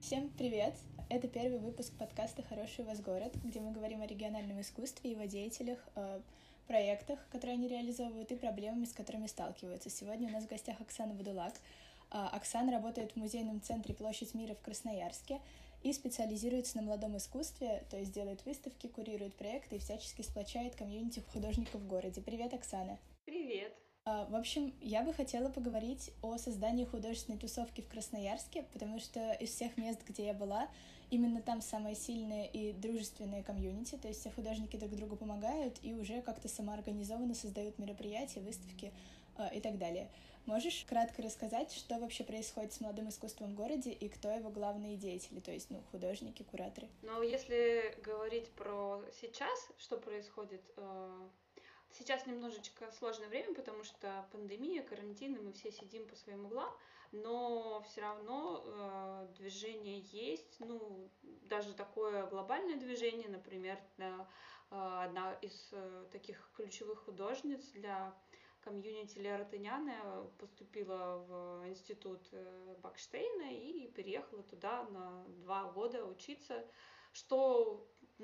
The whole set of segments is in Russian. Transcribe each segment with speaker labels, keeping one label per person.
Speaker 1: Всем привет! Это первый выпуск подкаста «Хороший у вас город», где мы говорим о региональном искусстве, его деятелях, о проектах, которые они реализовывают, и проблемами, с которыми сталкиваются. Сегодня у нас в гостях Оксана Водулак. Оксана работает в музейном центре «Площадь мира» в Красноярске и специализируется на молодом искусстве, то есть делает выставки, курирует проекты и всячески сплочает комьюнити художников в городе. Привет, Оксана!
Speaker 2: Привет!
Speaker 1: В общем, я бы хотела поговорить о создании художественной тусовки в Красноярске, потому что из всех мест, где я была, именно там самое сильное и дружественное комьюнити, то есть все художники друг другу помогают и уже как-то самоорганизованно создают мероприятия, выставки и так далее. Можешь кратко рассказать, что вообще происходит с молодым искусством в городе и кто его главные деятели, то есть, художники, кураторы?
Speaker 2: Ну, если говорить про сейчас, что происходит, сейчас немножечко сложное время, потому что пандемия, карантин, и мы все сидим по своим углам, но все равно движение есть, даже такое глобальное движение, например, одна из таких ключевых художниц для комьюнити Лера Тыняна поступила в институт Бакштейна и переехала туда на 2 года учиться, что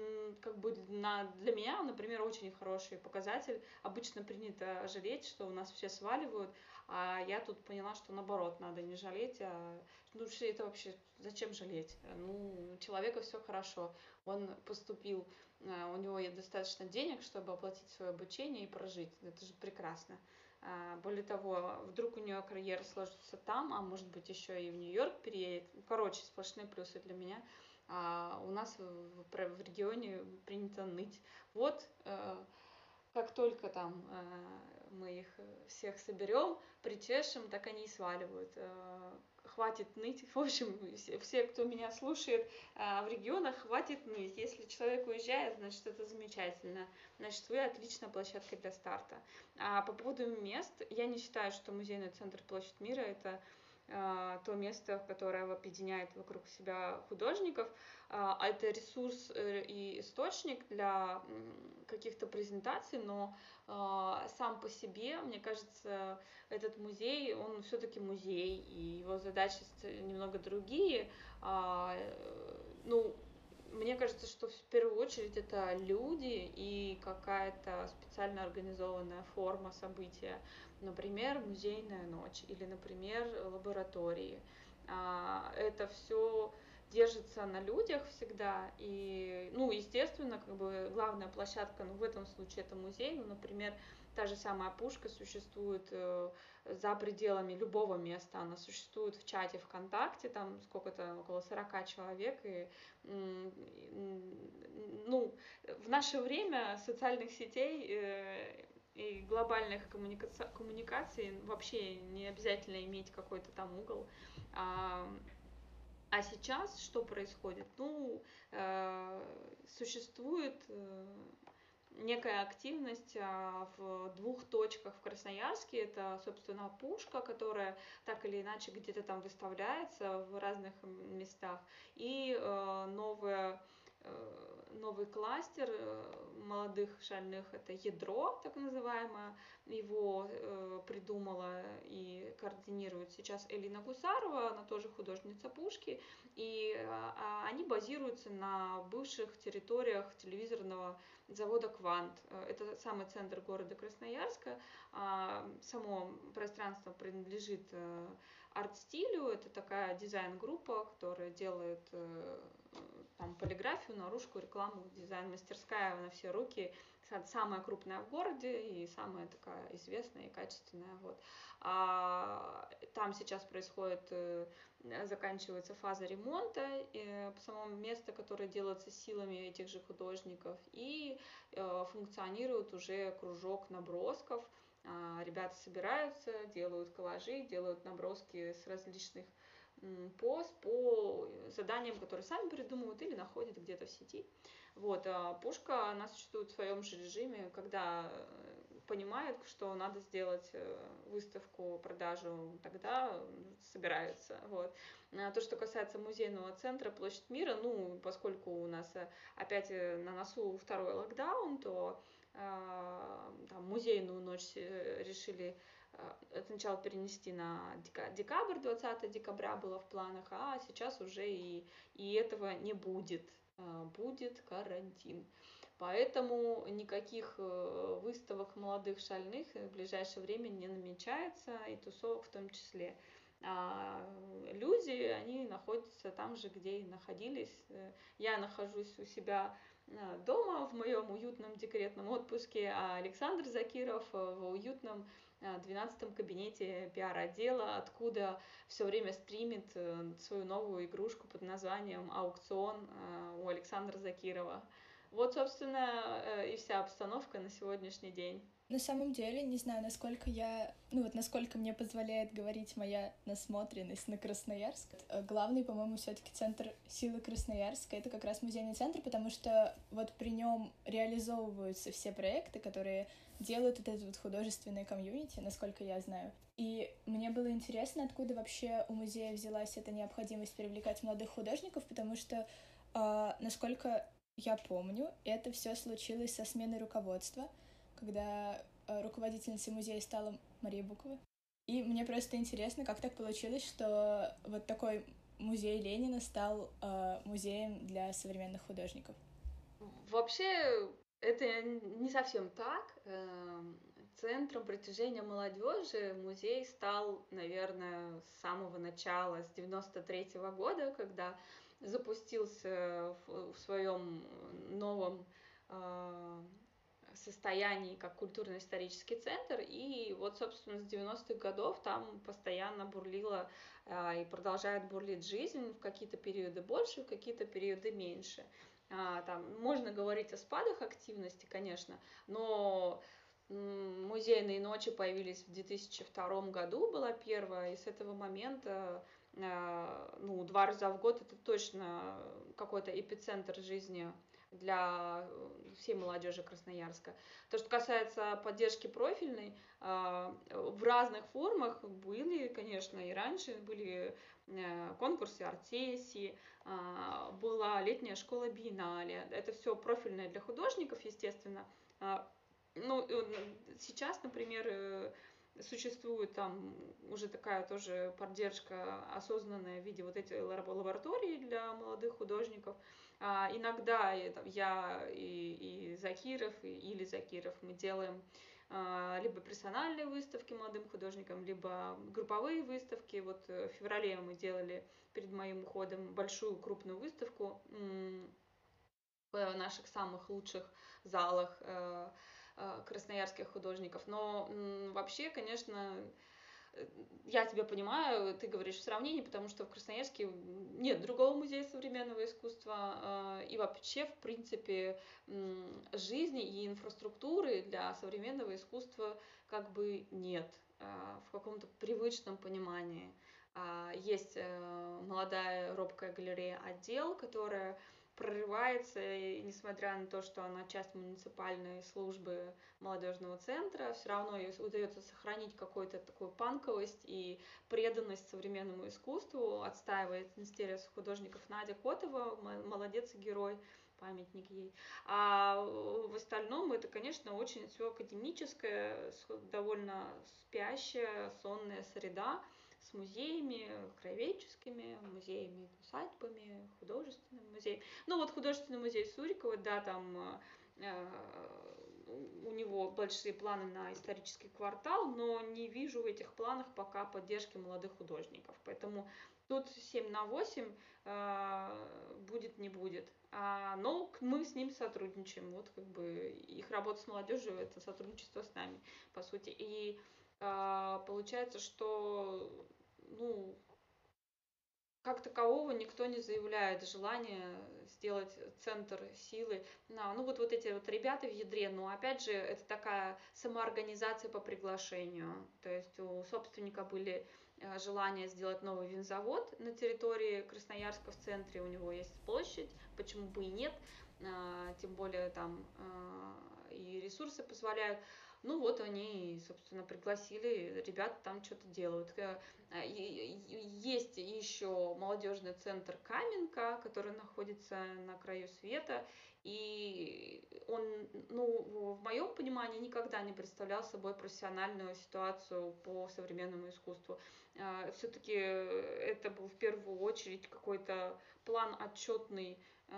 Speaker 2: для меня, например, очень хороший показатель. Обычно принято жалеть, что у нас все сваливают, а я тут поняла, что наоборот, надо не жалеть, что это вообще, зачем жалеть? У человека все хорошо, он поступил, у него есть достаточно денег, чтобы оплатить свое обучение и прожить, это же прекрасно. Более того, вдруг у нее карьера сложится там, а может быть еще и в Нью-Йорк переедет. Короче, сплошные плюсы для меня. У нас в регионе принято ныть. Вот как только там мы их всех соберем, причешем, так они и сваливают. Хватит ныть. В общем, все, кто меня слушает в регионах, хватит ныть. Если человек уезжает, значит, это замечательно. Значит, вы отличная площадка для старта. А по поводу мест, я не считаю, что музейный центр «Площадь мира» — это то место, которое объединяет вокруг себя художников, а это ресурс и источник для каких-то презентаций, но сам по себе, мне кажется, этот музей, он все-таки музей, и его задачи немного другие. Мне кажется, что в первую очередь это люди и какая-то специально организованная форма события. Например, музейная ночь или, например, лаборатории. Это все держится на людях всегда. И, естественно, главная площадка, в этом случае это музей. Например, та же самая Пушка существует за пределами любого места. Она существует в чате ВКонтакте, там сколько-то, около 40 человек. И, в наше время социальных сетей и глобальных коммуникаций вообще не обязательно иметь какой-то там угол. А сейчас что происходит? Существует некая активность в 2 точках в Красноярске. Это, собственно, Пушка, которая так или иначе где-то там выставляется в разных местах, и новый кластер молодых шальных, это ядро, так называемое, его придумала и координирует сейчас Элина Гусарова, она тоже художница Пушки, и они базируются на бывших территориях телевизорного завода «Квант». Это самый центр города Красноярска. Само пространство принадлежит арт-стилю, это такая дизайн-группа, которая делает там полиграфию, наружку, рекламу, дизайн-мастерская на все руки, самая крупная в городе и самая такая известная и качественная. Там сейчас заканчивается фаза ремонта, само место, которое делается силами этих же художников, и функционирует уже кружок набросков. Ребята собираются, делают коллажи, делают наброски с различных поз по заданиям, которые сами придумывают или находят где-то в сети. Пушка, она существует в своем же режиме, когда понимает, что надо сделать выставку, продажу, тогда собираются. То, что касается музейного центра «Площадь мира», поскольку у нас опять на носу 2-й локдаун, то музейную ночь решили сначала перенести на декабрь, 20 декабря было в планах, а сейчас уже и этого не будет. Будет карантин. Поэтому никаких выставок молодых шальных в ближайшее время не намечается, и тусовок в том числе. А люди, они находятся там же, где и находились. Я нахожусь у себя дома в моем уютном декретном отпуске, а Александр Закиров в уютном 12-м кабинете пиар-отдела, откуда все время стримит свою новую игрушку под названием «Аукцион» у Александра Закирова. Вот, собственно, и вся обстановка на сегодняшний день.
Speaker 1: На самом деле, не знаю, насколько насколько мне позволяет говорить моя насмотренность на Красноярск. Главный, по-моему, все-таки центр силы Красноярска — это как раз музейный центр, потому что вот при нем реализовываются все проекты, которые делают вот этот вот художественный комьюнити, насколько я знаю. И мне было интересно, откуда вообще у музея взялась эта необходимость привлекать молодых художников, потому что, насколько я помню, это все случилось со сменой руководства, когда руководительницей музея стала Мария Букова. И мне просто интересно, как так получилось, что вот такой музей Ленина стал музеем для современных художников.
Speaker 2: Вообще, это не совсем так. Центром притяжения молодежи музей стал, наверное, с самого начала, с 93-го года, когда запустился в своем новом состоянии как культурно-исторический центр, и вот, собственно, с 90-х годов там постоянно бурлила и продолжает бурлить жизнь, в какие-то периоды больше, в какие-то периоды меньше. Там можно говорить о спадах активности, конечно, но музейные ночи появились в 2002 году, была первая, и с этого момента 2 раза в год это точно какой-то эпицентр жизни для всей молодежи Красноярска. То, что касается поддержки профильной, в разных формах были, конечно, и раньше были конкурсы Артесии, была летняя школа биеннале. Это все профильное для художников, естественно. Сейчас, например, существует там уже такая тоже поддержка осознанная в виде вот этих лабораторий для молодых художников. Иногда я и Закиров, или Закиров мы делаем либо персональные выставки молодым художникам, либо групповые выставки. Вот в феврале мы делали перед моим уходом большую крупную выставку в наших самых лучших залах красноярских художников. Но вообще, конечно, я тебя понимаю, ты говоришь в сравнении, потому что в Красноярске нет другого музея современного искусства, и вообще, в принципе, жизни и инфраструктуры для современного искусства как бы нет в каком-то привычном понимании. Есть молодая робкая галерея «Отдел», которая прорывается, и несмотря на то, что она часть муниципальной службы молодежного центра, все равно ей удается сохранить какую-то такую панковость и преданность современному искусству, отстаивает интерес художников Надя Котова, молодец и герой, памятник ей. А в остальном это, конечно, очень все академическое, довольно спящая, сонная среда, с музеями краеведческими, музеями, усадьбами, художественным музеем. Ну вот художественный музей Сурикова, да, там у него большие планы на исторический квартал, но не вижу в этих планах пока поддержки молодых художников. Поэтому тут 7/8 будет, не будет. Но мы с ним сотрудничаем. Вот как бы их работа с молодежью — это сотрудничество с нами, по сути. И получается, что как такового никто не заявляет желания сделать центр силы. Вот эти вот ребята в ядре, но опять же, это такая самоорганизация по приглашению. То есть у собственника были желания сделать новый винзавод на территории Красноярска в центре, у него есть площадь, почему бы и нет, тем более там и ресурсы позволяют. Ну вот они, собственно, пригласили, ребята там что-то делают. Есть еще молодежный центр Каменка, который находится на краю света, и он, ну, в моем понимании, никогда не представлял собой профессиональную ситуацию по современному искусству. Все-таки это был в первую очередь какой-то план отчетный,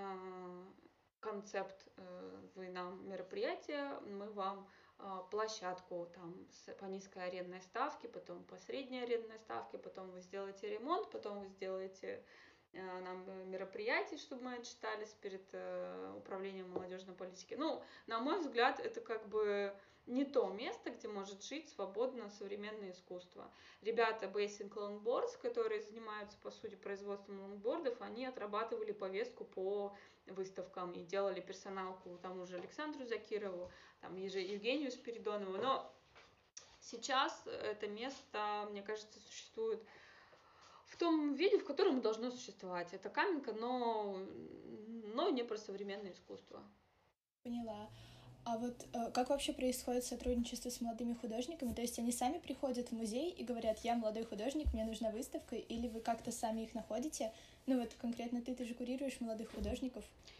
Speaker 2: концепт: вы нам мероприятие, мы вам площадку там по низкой арендной ставке, потом по средней арендной ставке, потом вы сделаете ремонт, потом вы сделаете нам мероприятий, чтобы мы отчитались перед управлением молодежной политики. Ну, на мой взгляд, это как бы не то место, где может жить свободно современное искусство. Ребята Basing Longboards, которые занимаются, по сути, производством лонгбордов, они отрабатывали повестку по выставкам и делали персоналку тому же Александру Закирову, там, Евгению Спиридонову. Но сейчас это место, мне кажется, существует в том виде, в котором должно существовать. Это Каменка, но не про современное искусство.
Speaker 1: Поняла. А вот как вообще происходит сотрудничество с молодыми художниками? То есть они сами приходят в музей и говорят: я молодой художник, мне нужна выставка, или вы как-то сами их находите? Ну вот конкретно ты же курируешь молодых художников.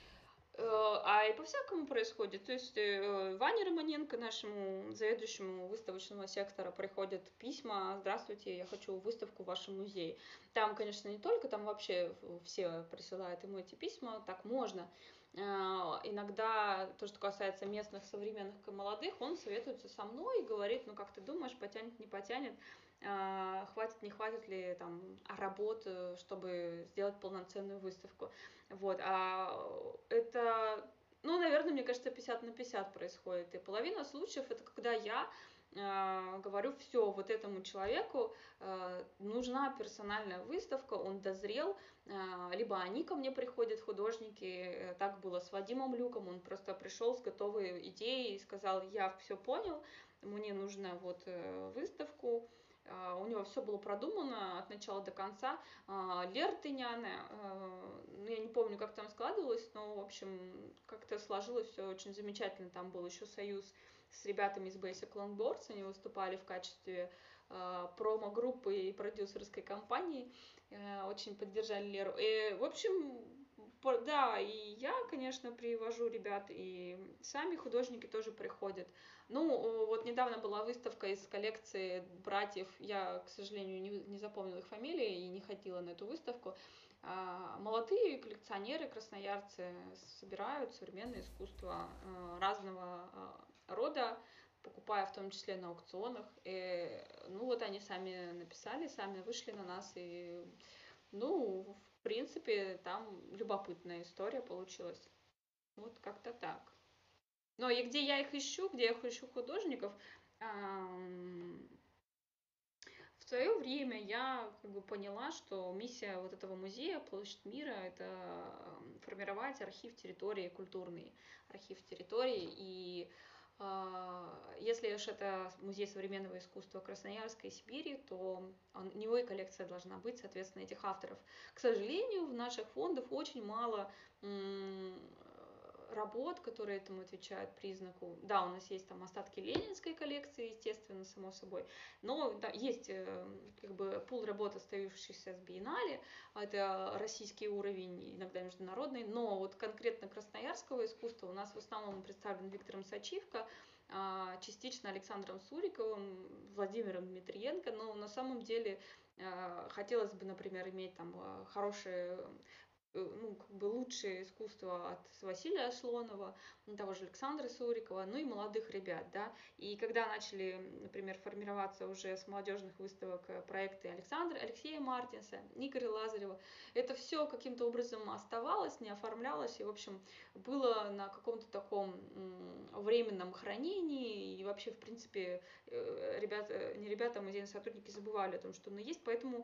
Speaker 2: А и по-всякому происходит. То есть Ване Романенко, нашему заведующему выставочного сектора, приходят письма: здравствуйте, я хочу выставку в вашем музее. Там, конечно, не только, там вообще все присылают ему эти письма, так можно. Иногда то, что касается местных, современных и молодых, он советуется со мной и говорит: ну как ты думаешь, потянет, не потянет, хватит, не хватит ли там работ, чтобы сделать полноценную выставку. Вот, это, ну, наверное, мне кажется, 50/50 происходит. И половина случаев это когда я говорю: все, вот этому человеку нужна персональная выставка, он дозрел, либо они ко мне приходят, художники. Так было с Вадимом Люком, он просто пришел с готовой идеей и сказал: я все понял, мне нужно вот выставку. У него все было продумано от начала до конца. Лер Тыняна, ну, я не помню, как там складывалось, но, в общем, как-то сложилось все очень замечательно. Там был еще союз с ребятами из Basic Longboards, они выступали в качестве промо-группы и продюсерской компании, очень поддержали Леру. И, в общем, да, и я, конечно, привожу ребят, и сами художники тоже приходят. Ну, вот недавно была выставка из коллекции братьев, я, к сожалению, не запомнила их фамилии и не ходила на эту выставку. Молодые коллекционеры, красноярцы собирают современное искусство разного рода, покупая в том числе на аукционах. И, ну вот они сами написали, сами вышли на нас, и, ну, в принципе, там любопытная история получилась. Вот как-то так. Но и где я их ищу, где я ищу художников, в свое время я как бы поняла, что миссия вот этого музея «Площадь мира» — это формировать архив территории культурный, архив территории. И если уж это музей современного искусства Красноярска и Сибири, то у него и коллекция должна быть, соответственно, этих авторов. К сожалению, в наших фондах очень мало работ, которые этому отвечают признаку. Да, у нас есть там остатки ленинской коллекции, естественно, само собой, но да, есть как бы пул работ, остающихся с биеннале, это российский уровень, иногда международный, но вот конкретно красноярского искусства у нас в основном представлен Виктором Сачивко, частично Александром Суриковым, Владимиром Дмитриенко, но на самом деле хотелось бы, например, иметь там хорошие, ну, как бы лучшее искусство от Василия Шлонова, того же Александра Сурикова, ну и молодых ребят, да. И когда начали, например, формироваться уже с молодежных выставок проекты Алексея Мартинса, Игоря Лазарева, это все каким-то образом оставалось, не оформлялось, и, в общем, было на каком-то таком временном хранении, и вообще, в принципе, музейные сотрудники забывали о том, что оно есть, поэтому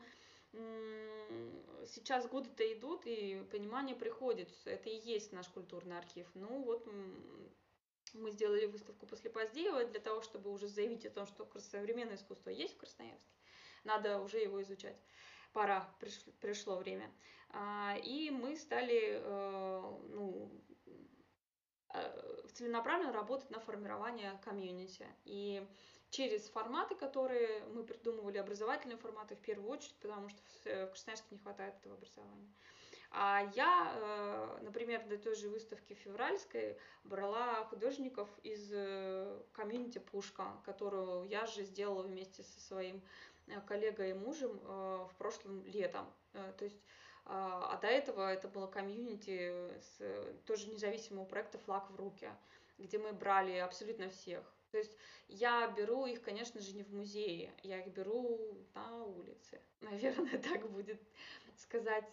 Speaker 2: сейчас годы-то идут, и понимание приходит, это и есть наш культурный архив. Ну вот мы сделали выставку после Поздеева для того, чтобы уже заявить о том, что современное искусство есть в Красноярске. Надо уже его изучать. Пора, пришло время. И мы стали целенаправленно работать на формирование комьюнити. И через форматы, которые мы придумывали, образовательные форматы в первую очередь, потому что в Красноярске не хватает этого образования. А я, например, для той же выставки февральской брала художников из комьюнити «Пушка», которую я же сделала вместе со своим коллегой и мужем в прошлом летом. То есть, а до этого это было комьюнити тоже независимого проекта «Флаг в руки», где мы брали абсолютно всех. То есть я беру их, конечно же, не в музее, я их беру на улице. Наверное, так будет сказать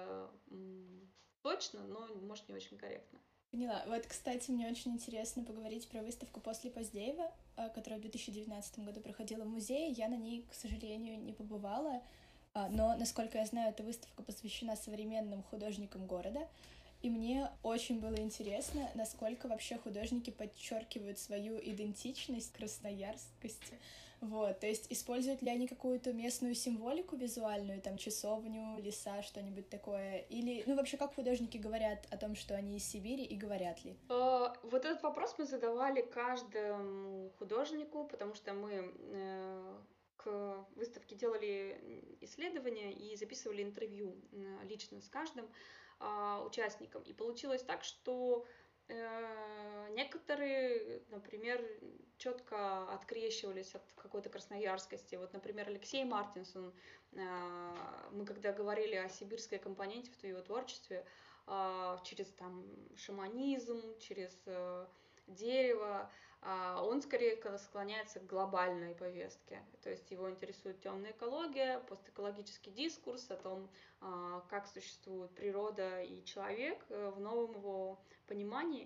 Speaker 2: точно, но, может, не очень корректно.
Speaker 1: Поняла. Вот, кстати, мне очень интересно поговорить про выставку «После Поздеева», которая в 2019 году проходила в музее. Я на ней, к сожалению, не побывала, но, насколько я знаю, эта выставка посвящена современным художникам города. И мне очень было интересно, насколько вообще художники подчеркивают свою идентичность, красноярскость. Вот, то есть используют ли они какую-то местную символику визуальную, там, часовню, леса, что-нибудь такое? Или, ну, вообще, как художники говорят о том, что они из Сибири, и говорят ли?
Speaker 2: Вот этот вопрос мы задавали каждому художнику, потому что мы к выставке делали исследования и записывали интервью лично с каждым участником. И получилось так, что некоторые, например, четко открещивались от какой-то красноярскости. Вот, например, Алексей Мартинсон, мы когда говорили о сибирской компоненте в его творчестве, через там шаманизм, через дерево, он скорее склоняется к глобальной повестке. То есть его интересует темная экология, постэкологический дискурс о том, как существует природа и человек в новом его понимании.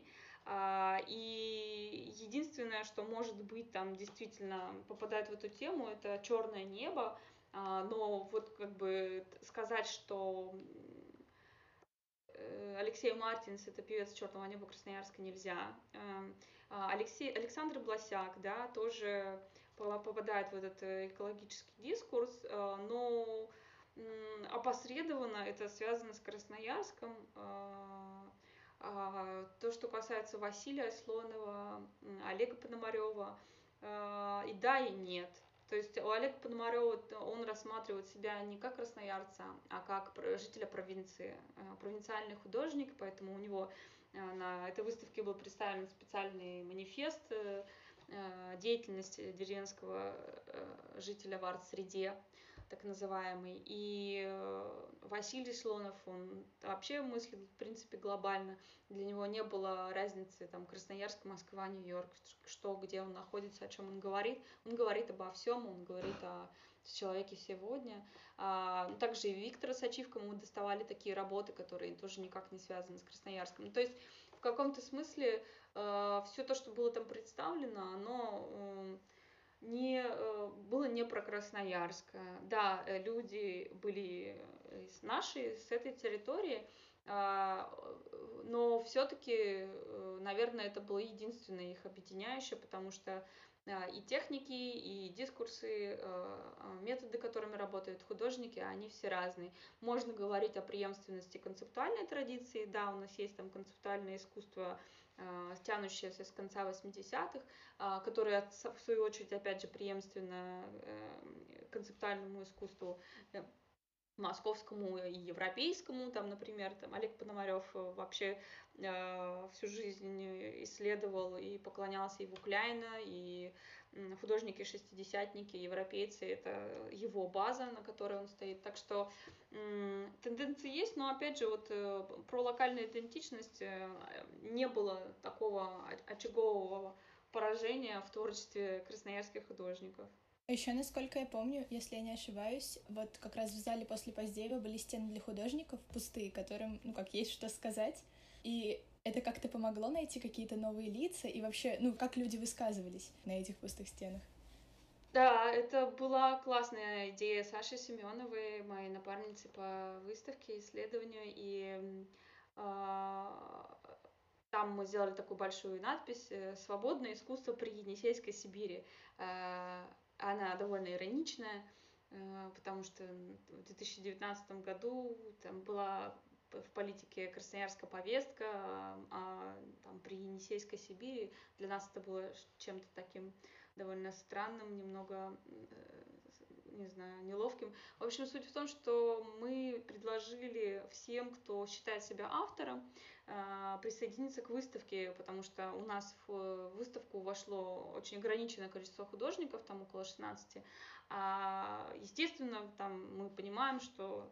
Speaker 2: И единственное, что может быть там действительно попадает в эту тему, это черное небо. Но вот как бы сказать, что Алексей Мартинс — это певец «Черного неба» Красноярска, нельзя. Александр Бласяк, да, тоже попадает в этот экологический дискурс, но опосредованно это связано с Красноярском. То, что касается Василия Слонова, Олега Пономарева, и да, и нет. То есть у Олега Пономарева он рассматривает себя не как красноярца, а как жителя провинции, провинциальный художник, поэтому у него на этой выставке был представлен специальный манифест деятельности деревенского жителя в арт-среде, так называемый. И Василий Слонов, он вообще мыслит, в принципе, глобально. Для него не было разницы, там, Красноярск, Москва, Нью-Йорк, что, где он находится, о чем он говорит. Он говорит обо всем, он говорит о человеке сегодня. Также и Виктора Сачивко мы доставали такие работы, которые тоже никак не связаны с Красноярском. Ну, то есть в каком-то смысле все то, что было там представлено, оно было не про Красноярск. Да, люди были наши, с этой территории, но все-таки, наверное, это было единственное их объединяющее, потому что и техники, и дискурсы, методы, которыми работают художники, они все разные. Можно говорить о преемственности концептуальной традиции, да, у нас есть там концептуальное искусство, тянущееся с конца 80-х, которое, в свою очередь, опять же, преемственно концептуальному искусству московскому и европейскому, там, например, там Олег Пономарев вообще всю жизнь исследовал и поклонялся Иву Кляйна, и художники-шестидесятники, европейцы — это его база, на которой он стоит. Так что тенденции есть, но опять же вот про локальную идентичность не было такого очагового поражения в творчестве красноярских художников.
Speaker 1: Еще, насколько я помню, если я не ошибаюсь, вот как раз в зале после Поздеева были стены для художников пустые, которым, ну, как есть что сказать. И это как-то помогло найти какие-то новые лица и вообще, ну, как люди высказывались на этих пустых стенах?
Speaker 2: Да, это была классная идея Саши Семеновой, моей напарницы по выставке, исследованию, и там мы сделали такую большую надпись «Свободное искусство при Енисейской Сибири». Она довольно ироничная, потому что в 2019 году там была в политике «Красноярская повестка», там, при Енисейской Сибири. Для нас это было чем-то таким довольно странным, немного, не знаю, неловким. В общем, суть в том, что мы предложили всем, кто считает себя автором, присоединиться к выставке, потому что у нас в выставку вошло очень ограниченное количество художников, там около 16. Естественно, там мы понимаем, что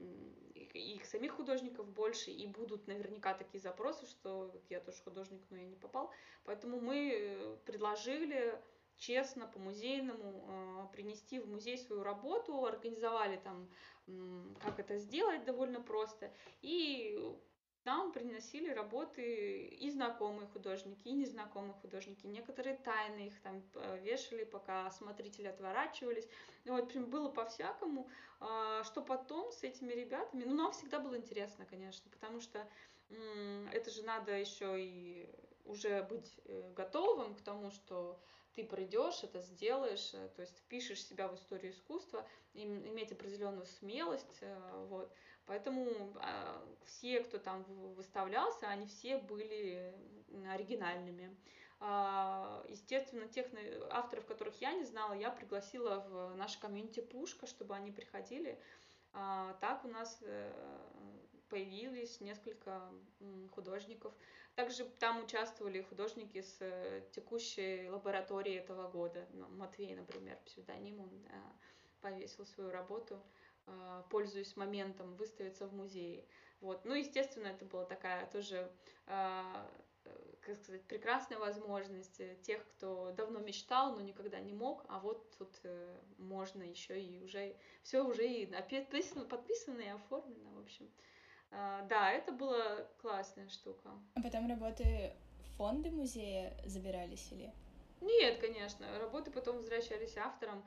Speaker 2: их самих художников больше, и будут наверняка такие запросы, что я тоже художник, но я не попал. Поэтому мы предложили честно, по-музейному принести в музей свою работу, организовали там, как это сделать довольно просто, и нам приносили работы и знакомые художники, и незнакомые художники. Некоторые тайны их там вешали, пока смотрители отворачивались. В общем, было по-всякому. Что потом с этими ребятами... Ну, нам всегда было интересно, конечно, потому что это же надо еще и уже быть готовым к тому, что ты придешь, это сделаешь, то есть впишешь себя в историю искусства, иметь определенную смелость, вот. Поэтому все, кто там выставлялся, они все были оригинальными. Естественно, тех авторов, которых я не знала, я пригласила в наше комьюнити Пушка, чтобы они приходили. Так у нас появились несколько художников. Также там участвовали художники с текущей лаборатории этого года. Матвей, например, псевдоним, он повесил свою работу, пользуясь моментом, выставиться в музее. Вот. Ну, естественно, это была такая тоже, как сказать, прекрасная возможность тех, кто давно мечтал, но никогда не мог, а вот тут можно еще и уже все уже и подписано и оформлено, в общем. Да, это была классная штука.
Speaker 1: А потом работы в фонды музея забирались или?
Speaker 2: Нет, конечно. Работы потом возвращались авторам,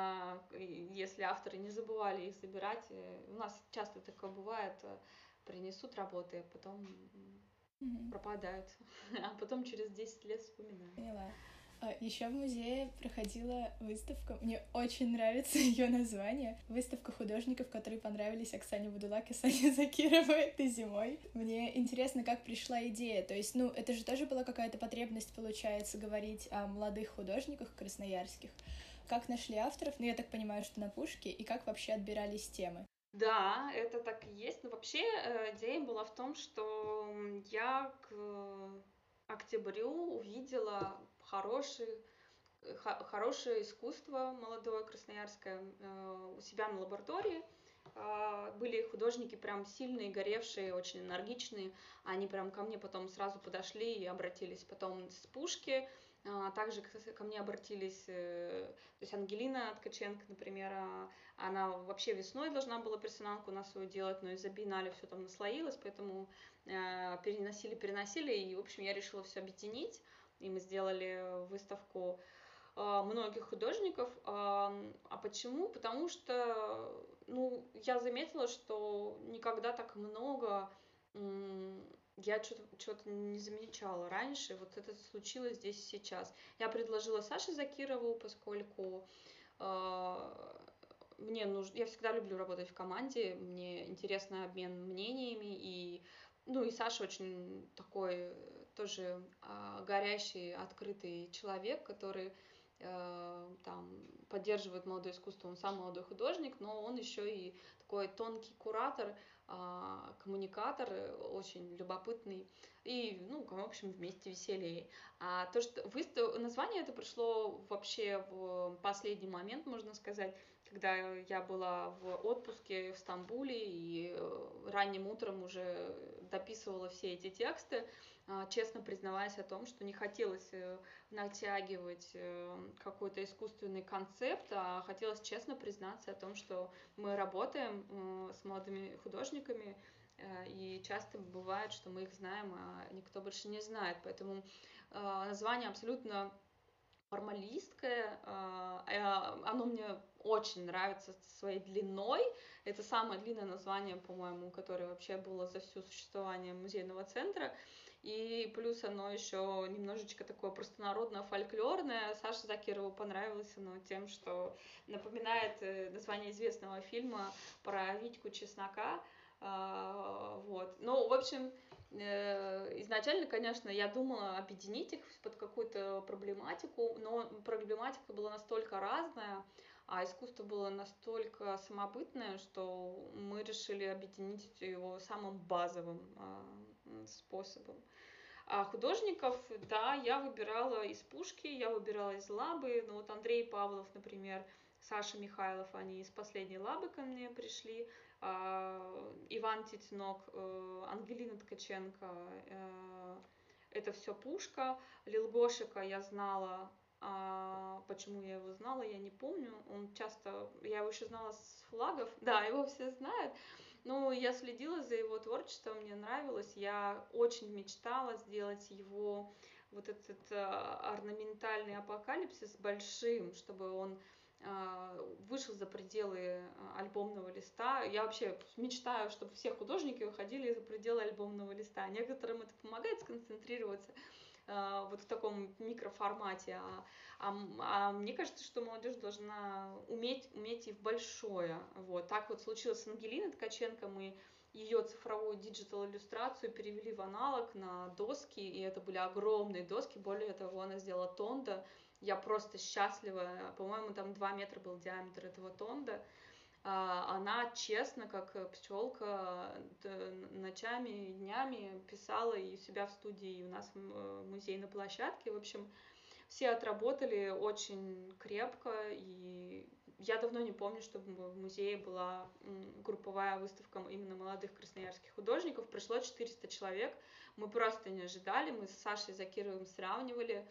Speaker 2: если авторы не забывали их забирать. У нас часто такое бывает. Принесут работы, а потом пропадают. А потом через 10 лет вспоминают.
Speaker 1: Поняла. Еще в музее проходила выставка, мне очень нравится ее название, выставка художников, которые понравились Оксане Будулак и Сане Закировой этой зимой. Мне интересно, как пришла идея, то есть, ну, это же тоже была какая-то потребность, получается, говорить о молодых художниках красноярских. Как нашли авторов, ну, я так понимаю, что на Пушке, и как вообще отбирались темы?
Speaker 2: Да, это так и есть, но вообще идея была в том, что я к октябрю увидела хорошее искусство молодое красноярское у себя на лаборатории. Были художники прям сильные, горевшие, очень энергичные. Они прям ко мне потом сразу подошли и обратились потом с Пушки. Также ко мне обратились, то есть Ангелина Ткаченко, например, она вообще весной должна была персоналку на свою делать, но из-за биеннале все там наслоилось, поэтому переносили, и, в общем, я решила все объединить, и мы сделали выставку многих художников. А почему? Потому что, ну, я заметила, что никогда так много я что-то не замечала раньше. Вот это случилось здесь и сейчас. Я предложила Саше Закирову, поскольку мне нужно, я всегда люблю работать в команде, мне интересный обмен мнениями, и, ну, и Саша очень такой тоже горящий, открытый человек, который там поддерживает молодое искусство, он сам молодой художник, но он еще и такой тонкий куратор, коммуникатор, очень любопытный, и, ну, в общем, вместе веселее. А то, что название это пришло вообще в последний момент, можно сказать, когда я была в отпуске в Стамбуле и ранним утром уже дописывала все эти тексты, честно признаваясь о том, что не хотелось натягивать какой-то искусственный концепт, а хотелось честно признаться о том, что мы работаем с молодыми художниками, и часто бывает, что мы их знаем, а никто больше не знает. Поэтому название абсолютно формалистское, оно мне очень нравится своей длиной. Это самое длинное название, по-моему, которое вообще было за все существование музейного центра. И плюс оно еще немножечко такое простонародное, фольклорное. Саше Закирову понравилось оно тем, что напоминает название известного фильма про Витьку Чеснока. Вот. Ну, в общем, изначально, конечно, я думала объединить их под какую-то проблематику, но проблематика была настолько разная, а искусство было настолько самобытное, что мы решили объединить его самым базовым способом. А художников, да, я выбирала из Пушки, я выбирала из Лабы. Ну вот Андрей Павлов, например, Саша Михайлов, они из последней Лабы ко мне пришли. Иван Титинок, Ангелина Ткаченко, это все Пушка. Лил Гошика я знала, почему я его знала, я не помню. Он часто, я его еще знала с флагов, да, его все знают. Ну, я следила за его творчеством, мне нравилось. Я очень мечтала сделать его вот этот орнаментальный апокалипсис большим, чтобы он вышел за пределы альбомного листа. Я вообще мечтаю, чтобы все художники выходили за пределы альбомного листа. Некоторым это помогает сконцентрироваться вот в таком микроформате, а мне кажется, что молодежь должна уметь и в большое. Вот. Так вот случилось с Ангелиной Ткаченко, мы ее цифровую диджитал-иллюстрацию перевели в аналог на доски, и это были огромные доски, более того, она сделала тондо. Я просто счастлива, по-моему, там 2 метра был диаметр этого тондо. Она честно, как пчелка, ночами и днями писала и у себя в студии, и у нас в музейной площадке. В общем, все отработали очень крепко, и я давно не помню, чтобы в музее была групповая выставка именно молодых красноярских художников. Пришло 400 человек, мы просто не ожидали, мы с Сашей Закировым сравнивали.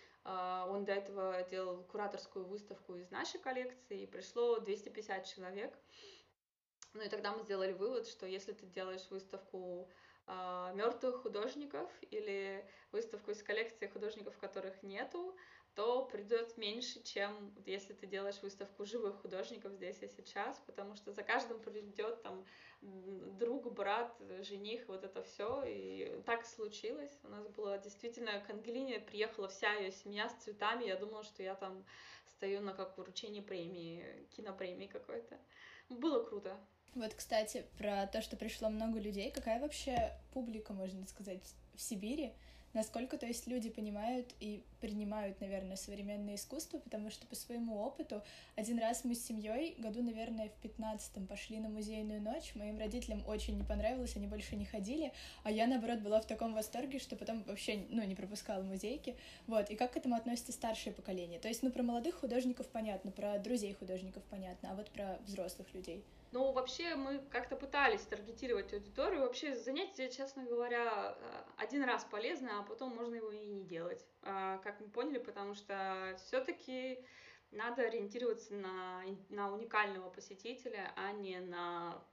Speaker 2: Он до этого делал кураторскую выставку из нашей коллекции, и пришло 250 человек. Ну и тогда мы сделали вывод, что если ты делаешь выставку мертвых художников или выставку из коллекции художников, которых нету, то придет меньше, чем если ты делаешь выставку живых художников здесь и сейчас, потому что за каждым придет там друг, брат, жених, вот это все. И так случилось. У нас было действительно, к Ангелине приехала вся ее семья с цветами. Я думала, что я там стою на как вручении премии, кинопремии какой-то. Было круто.
Speaker 1: Вот, кстати, про то, что пришло много людей, какая вообще публика, можно сказать, в Сибири? Насколько, то есть, люди понимают и принимают, наверное, современное искусство, потому что по своему опыту один раз мы с семьей году, наверное, в 15-м пошли на музейную ночь, моим родителям очень не понравилось, они больше не ходили, а я, наоборот, была в таком восторге, что потом вообще, не пропускала музейки, вот, и как к этому относится старшее поколение? То есть, про молодых художников понятно, про друзей художников понятно, а вот про взрослых людей?
Speaker 2: Ну, вообще, мы как-то пытались таргетировать аудиторию. Вообще, занятие, честно говоря, один раз полезно, а потом можно его и не делать. Как мы поняли, потому что все-таки надо ориентироваться на уникального посетителя, а не на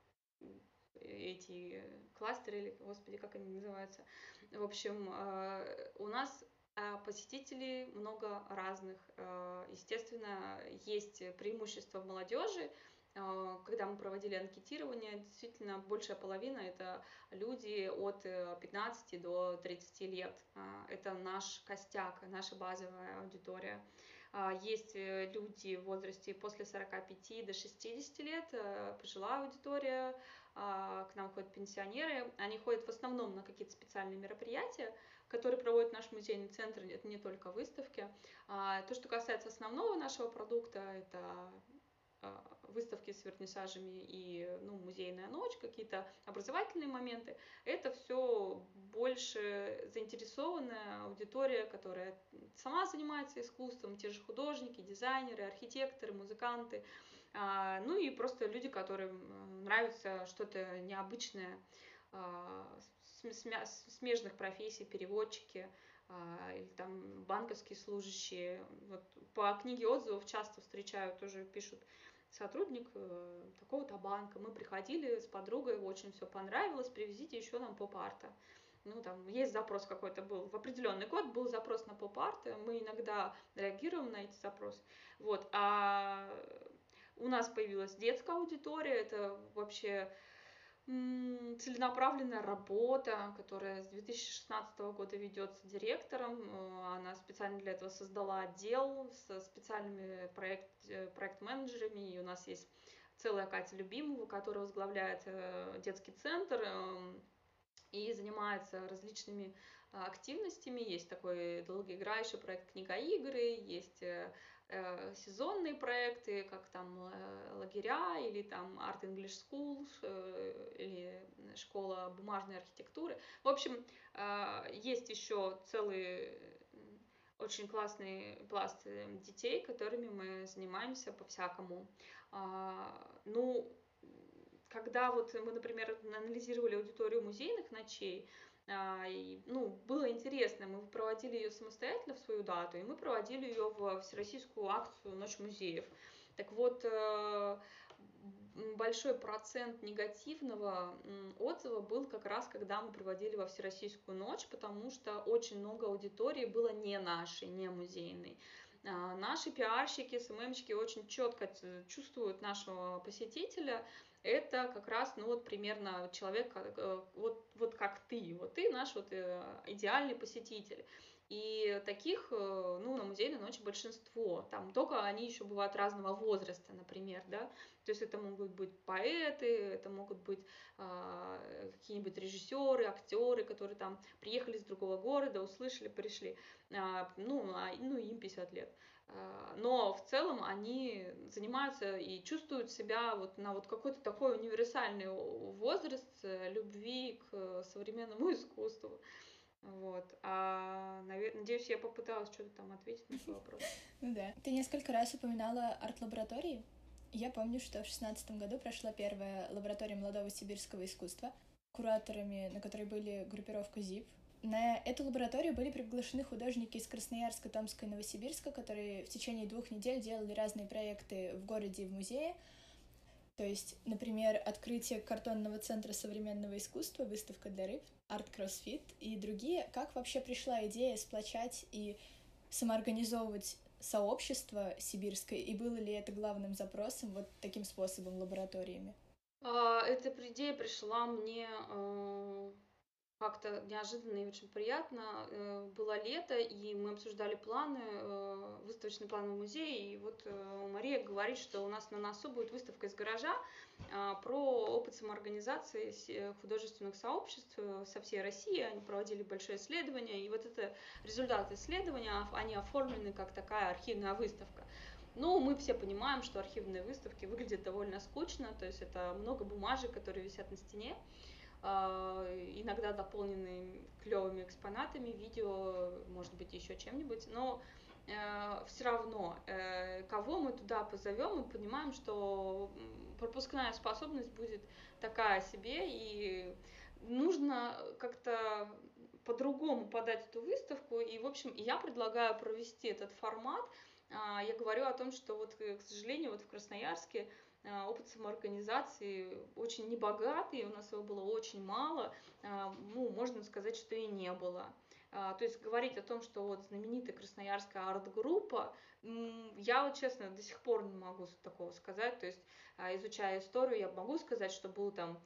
Speaker 2: эти кластеры, или, господи, как они называются. В общем, у нас посетителей много разных. Естественно, есть преимущество в молодежи. Когда мы проводили анкетирование, действительно большая половина это люди от 15 до 30 лет. Это наш костяк, наша базовая аудитория. Есть люди в возрасте после 45 до 60 лет, пожилая аудитория, к нам ходят пенсионеры. Они ходят в основном на какие-то специальные мероприятия, которые проводит наш музейный центр, это не только выставки. То, что касается основного нашего продукта, это выставки с вернисажами и музейная ночь, какие-то образовательные моменты, это все больше заинтересованная аудитория, которая сама занимается искусством, те же художники, дизайнеры, архитекторы, музыканты, ну и просто люди, которым нравится что-то необычное, смежных профессий, переводчики, или там банковские служащие. Вот по книге отзывов часто встречаю, тоже пишут: сотрудник такого-то банка, мы приходили с подругой, очень все понравилось, привезите еще нам поп-арта. Ну, там есть запрос какой-то был, в определенный год был запрос на поп-арт, мы иногда реагируем на эти запросы. Вот, а у нас появилась детская аудитория, это вообще целенаправленная работа, которая с 2016 года ведется директором. Она специально для этого создала отдел со специальными проект-менеджерами, и у нас есть целая Катя Любимова, которая возглавляет детский центр и занимается различными активностями. Есть такой долгоиграющий проект «Книга-игры», есть сезонные проекты, как там лагеря или там Art English School или школа бумажной архитектуры. В общем, есть еще целый очень классный пласт детей, которыми мы занимаемся по-всякому. Ну, когда вот мы, например, анализировали аудиторию музейных ночей, было интересно, мы проводили ее самостоятельно в свою дату, и мы проводили ее в всероссийскую акцию «Ночь музеев». Так вот, большой процент негативного отзыва был как раз, когда мы проводили во Всероссийскую ночь, потому что очень много аудитории было не нашей, не музейной. Наши пиарщики, СММщики очень четко чувствуют нашего посетителя. Это как раз, примерно человек, вот как ты. Вот ты наш идеальный посетитель. И таких, на музейной ночи большинство. Там только они еще бывают разного возраста, например, да. То есть это могут быть поэты, это могут быть какие-нибудь режиссеры, актеры, которые там приехали с другого города, услышали, пришли. Им 50 лет. Но в целом они занимаются и чувствуют себя на какой-то такой универсальный возраст любви к современному искусству. Надеюсь, я попыталась что-то там ответить на твой вопрос.
Speaker 1: Ну да. Ты несколько раз упоминала арт-лаборатории. Я помню, что в 2016 году прошла первая лаборатория молодого сибирского искусства, кураторами на которой были группировка ЗИП. На эту лабораторию были приглашены художники из Красноярска, Томска и Новосибирска, которые в течение 2 недель делали разные проекты в городе и в музее. То есть, например, открытие картонного центра современного искусства, выставка для рыб, арт-кроссфит и другие. Как вообще пришла идея сплочать и самоорганизовывать сообщество сибирское, и было ли это главным запросом вот таким способом, лабораториями?
Speaker 2: Эта идея пришла мне как-то неожиданно и очень приятно. Было лето, и мы обсуждали планы, выставочные планы в музее, и вот Мария говорит, что у нас на носу будет выставка из гаража про опыт самоорганизации художественных сообществ со всей России. Они проводили большое исследование, и вот это результаты исследования, они оформлены как такая архивная выставка. Но мы все понимаем, что архивные выставки выглядят довольно скучно, то есть это много бумажек, которые висят на стене, иногда дополнены клевыми экспонатами, видео, может быть, еще чем-нибудь, но все равно, кого мы туда позовем, мы понимаем, что пропускная способность будет такая себе, и нужно как-то по-другому подать эту выставку, и, в общем, я предлагаю провести этот формат. Я говорю о том, что к сожалению, в Красноярске опыт самоорганизации очень небогатый, у нас его было очень мало, можно сказать, что и не было. То есть говорить о том, что знаменитая красноярская арт-группа, я честно до сих пор не могу такого сказать. То есть, изучая историю, я могу сказать, что был там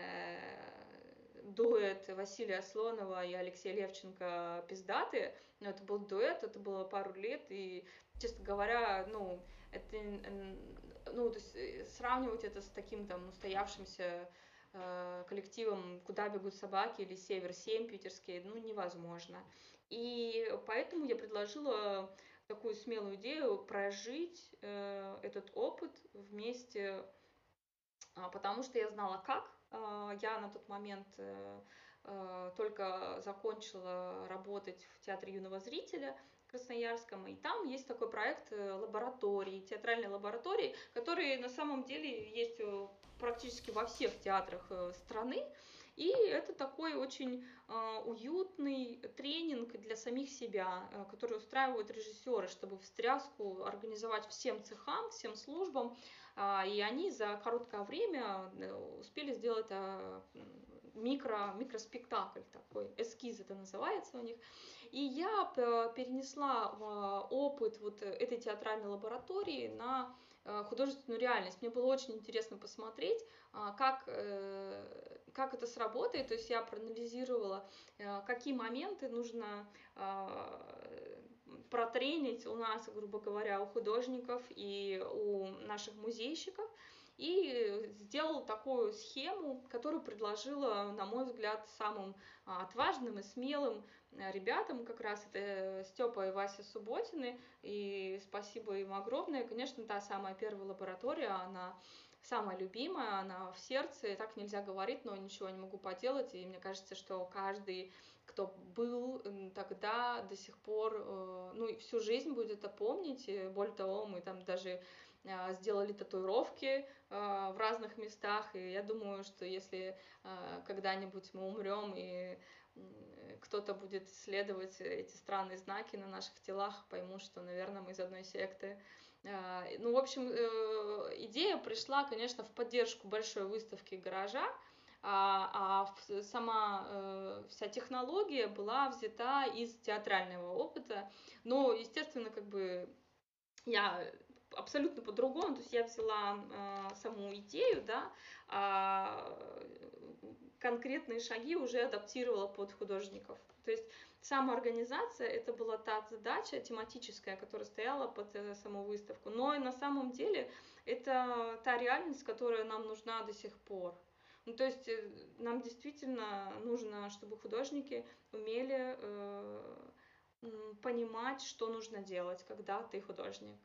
Speaker 2: дуэт Василия Слонова и Алексея Левченко «Пиздатые», но это был дуэт, это было пару лет, и, честно говоря, то есть сравнивать это с таким там устоявшимся коллективом «Куда бегут собаки» или «Север-7» питерский, невозможно. И поэтому я предложила такую смелую идею прожить этот опыт вместе, потому что я знала как. Я на тот момент только закончила работать в Театре юного зрителя Красноярском, и там есть такой проект лаборатории, театральной лаборатории, которые на самом деле есть практически во всех театрах страны. И это такой очень уютный тренинг для самих себя, который устраивают режиссеры, чтобы встряску организовать всем цехам, всем службам. И они за короткое время успели сделать микроспектакль такой, эскиз это называется у них. И я перенесла опыт этой театральной лаборатории на художественную реальность. Мне было очень интересно посмотреть, как это сработает. То есть я проанализировала, какие моменты нужно протренить у нас, грубо говоря, у художников и у наших музейщиков. и сделал такую схему, которую предложила, на мой взгляд, самым отважным и смелым ребятам, как раз это Степа и Вася Субботины, и спасибо им огромное. Конечно, та самая первая лаборатория, она самая любимая, она в сердце, и так нельзя говорить, но ничего не могу поделать, и мне кажется, что каждый, кто был тогда, до сих пор, ну и всю жизнь будет это помнить, и более того, мы там даже сделали татуировки в разных местах, и я думаю, что если когда-нибудь мы умрем и кто-то будет исследовать эти странные знаки на наших телах, поймут, что, наверное, мы из одной секты. Ну, в общем, идея пришла, конечно, в поддержку большой выставки гаража, сама вся технология была взята из театрального опыта. Но, естественно, как бы я абсолютно по-другому, то есть я взяла саму идею, да, конкретные шаги уже адаптировала под художников. То есть самоорганизация — это была та задача тематическая, которая стояла под саму выставку. Но и на самом деле это та реальность, которая нам нужна до сих пор. Ну, то есть нам действительно нужно, чтобы художники умели понимать, что нужно делать, когда ты художник,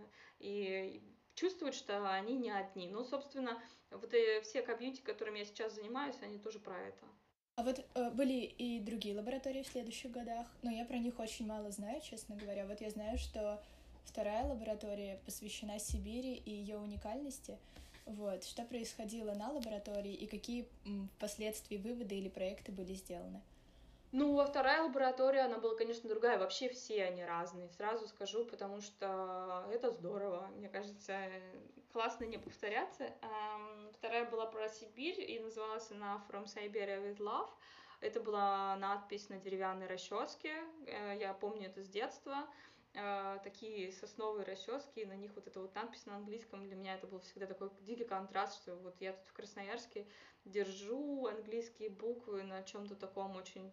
Speaker 2: и чувствовать, что они не одни. Ну, собственно, вот все комьюнити, которыми я сейчас занимаюсь, они тоже про это.
Speaker 1: А вот были и другие лаборатории в следующих годах, но я про них очень мало знаю, честно говоря. Вот я знаю, что вторая лаборатория посвящена Сибири и ее уникальности. Вот. Что происходило на лаборатории и какие впоследствии выводы или проекты были сделаны?
Speaker 2: Ну, а вторая лаборатория, она была, конечно, другая. Вообще все они разные, сразу скажу, потому что это здорово. Мне кажется, классно не повторяться. Вторая была про Сибирь, и называлась она From Siberia with Love. Это была надпись на деревянной расческе. Я помню это с детства. Такие сосновые расчески, и на них вот эта вот надпись на английском. Для меня это был всегда такой дикий контраст, что вот я тут в Красноярске держу английские буквы на чем-то таком очень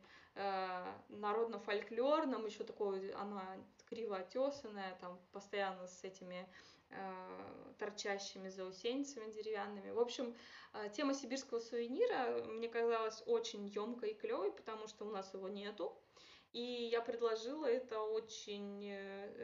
Speaker 2: народно-фольклорном, еще такое, она криво отесанная, там постоянно с этими торчащими заусенцами деревянными. В общем, тема сибирского сувенира мне казалась очень емкой и клевой, потому что у нас его нету. И я предложила это очень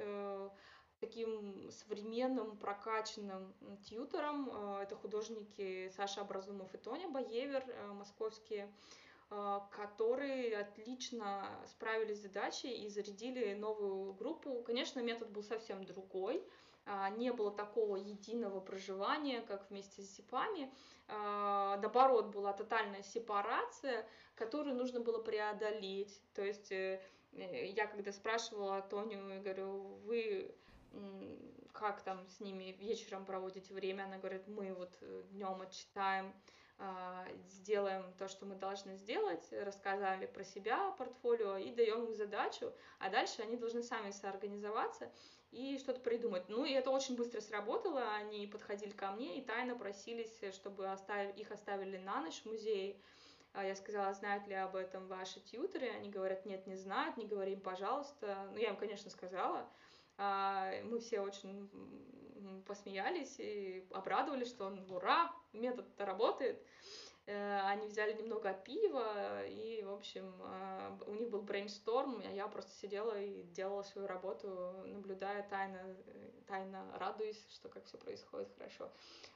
Speaker 2: таким современным, прокачанным тьютором. Это художники Саша Абразумов и Тоня Баевер, московские, которые отлично справились с задачей и зарядили новую группу. Конечно, метод был совсем другой. Не было такого единого проживания, как вместе с зипами. Наоборот, была тотальная сепарация, которую нужно было преодолеть. То есть я когда спрашивала Тоню, я говорю, вы как там с ними вечером проводите время? Она говорит, мы вот днем отчитаем, сделаем то, что мы должны сделать, рассказали про себя, портфолио, и даем им задачу, а дальше они должны сами соорганизоваться и что-то придумать. Ну, и это очень быстро сработало, они подходили ко мне и тайно просились, чтобы их оставили на ночь в музее. Я сказала, знают ли об этом ваши тьюторы, они говорят, нет, не знают, не говори им, пожалуйста. Ну, я им, конечно, сказала. Мы все очень посмеялись и обрадовались, что ура, метод-то работает. Они взяли немного пива, и, в общем, у них был брейншторм, а я просто сидела и делала свою работу, наблюдая тайно радуясь, что как все происходит хорошо.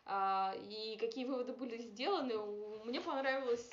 Speaker 2: И какие выводы были сделаны? Мне понравилось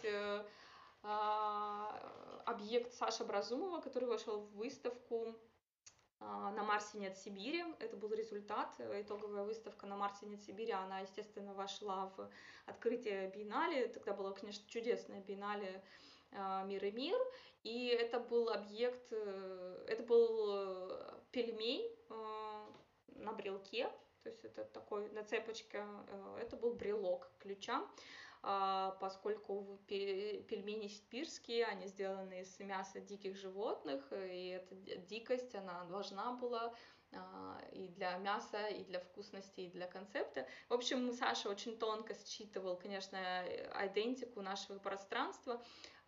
Speaker 2: объект Саши Абразумова, который вошел в выставку «На Марсе нет Сибири». Это был результат, итоговая выставка «На Марсе нет Сибири». Она, естественно, вошла в открытие биеннале. Тогда было, конечно, чудесное биеннале «Мир и мир». И это был объект, это был пельмень на брелке. То есть это такой на цепочке, это был брелок ключа. Поскольку пельмени сибирские, они сделаны из мяса диких животных, и эта дикость, она должна была и для мяса, и для вкусности, и для концепта. В общем, Саша очень тонко считывал, конечно, идентику нашего пространства.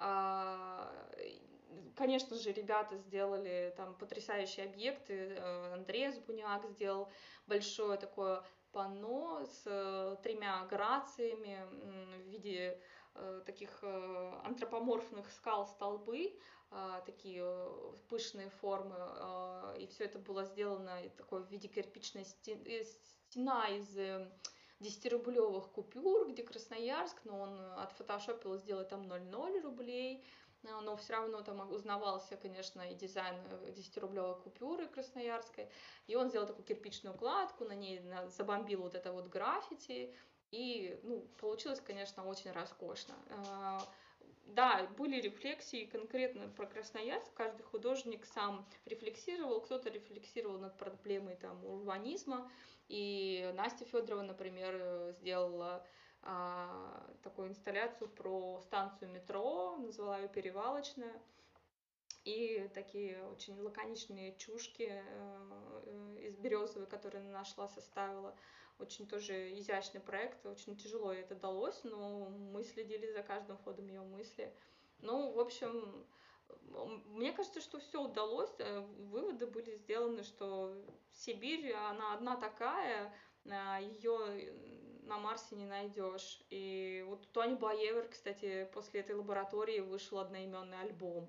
Speaker 2: Конечно же, ребята сделали там потрясающие объекты. Андреас Буняк сделал большое такое панно с тремя грациями в виде таких антропоморфных скал, столбы, такие пышные формы, и все это было сделано такой в виде кирпичной стена из 10-рублевых купюр, где Красноярск, но он отфотошопил сделать там 0,0 рублей, но все равно там узнавался, конечно, и дизайн 10-рублевой купюры красноярской, и он сделал такую кирпичную кладку, на ней забомбил вот это вот граффити, и, ну, получилось, конечно, очень роскошно. Да, были рефлексии конкретно про Красноярск, каждый художник сам рефлексировал, кто-то рефлексировал над проблемой там урбанизма, и Настя Федорова, например, сделала такую инсталляцию про станцию метро, назвала ее «Перевалочная», и такие очень лаконичные чушки из березовой, которые она нашла, составила. Очень тоже изящный проект, очень тяжело ей это далось, но мы следили за каждым ходом ее мысли. Ну, в общем, мне кажется, что все удалось, выводы были сделаны, что Сибирь, она одна такая, ее на Марсе не найдешь. И вот у Тони Баевер, кстати, после этой лаборатории вышел одноименный альбом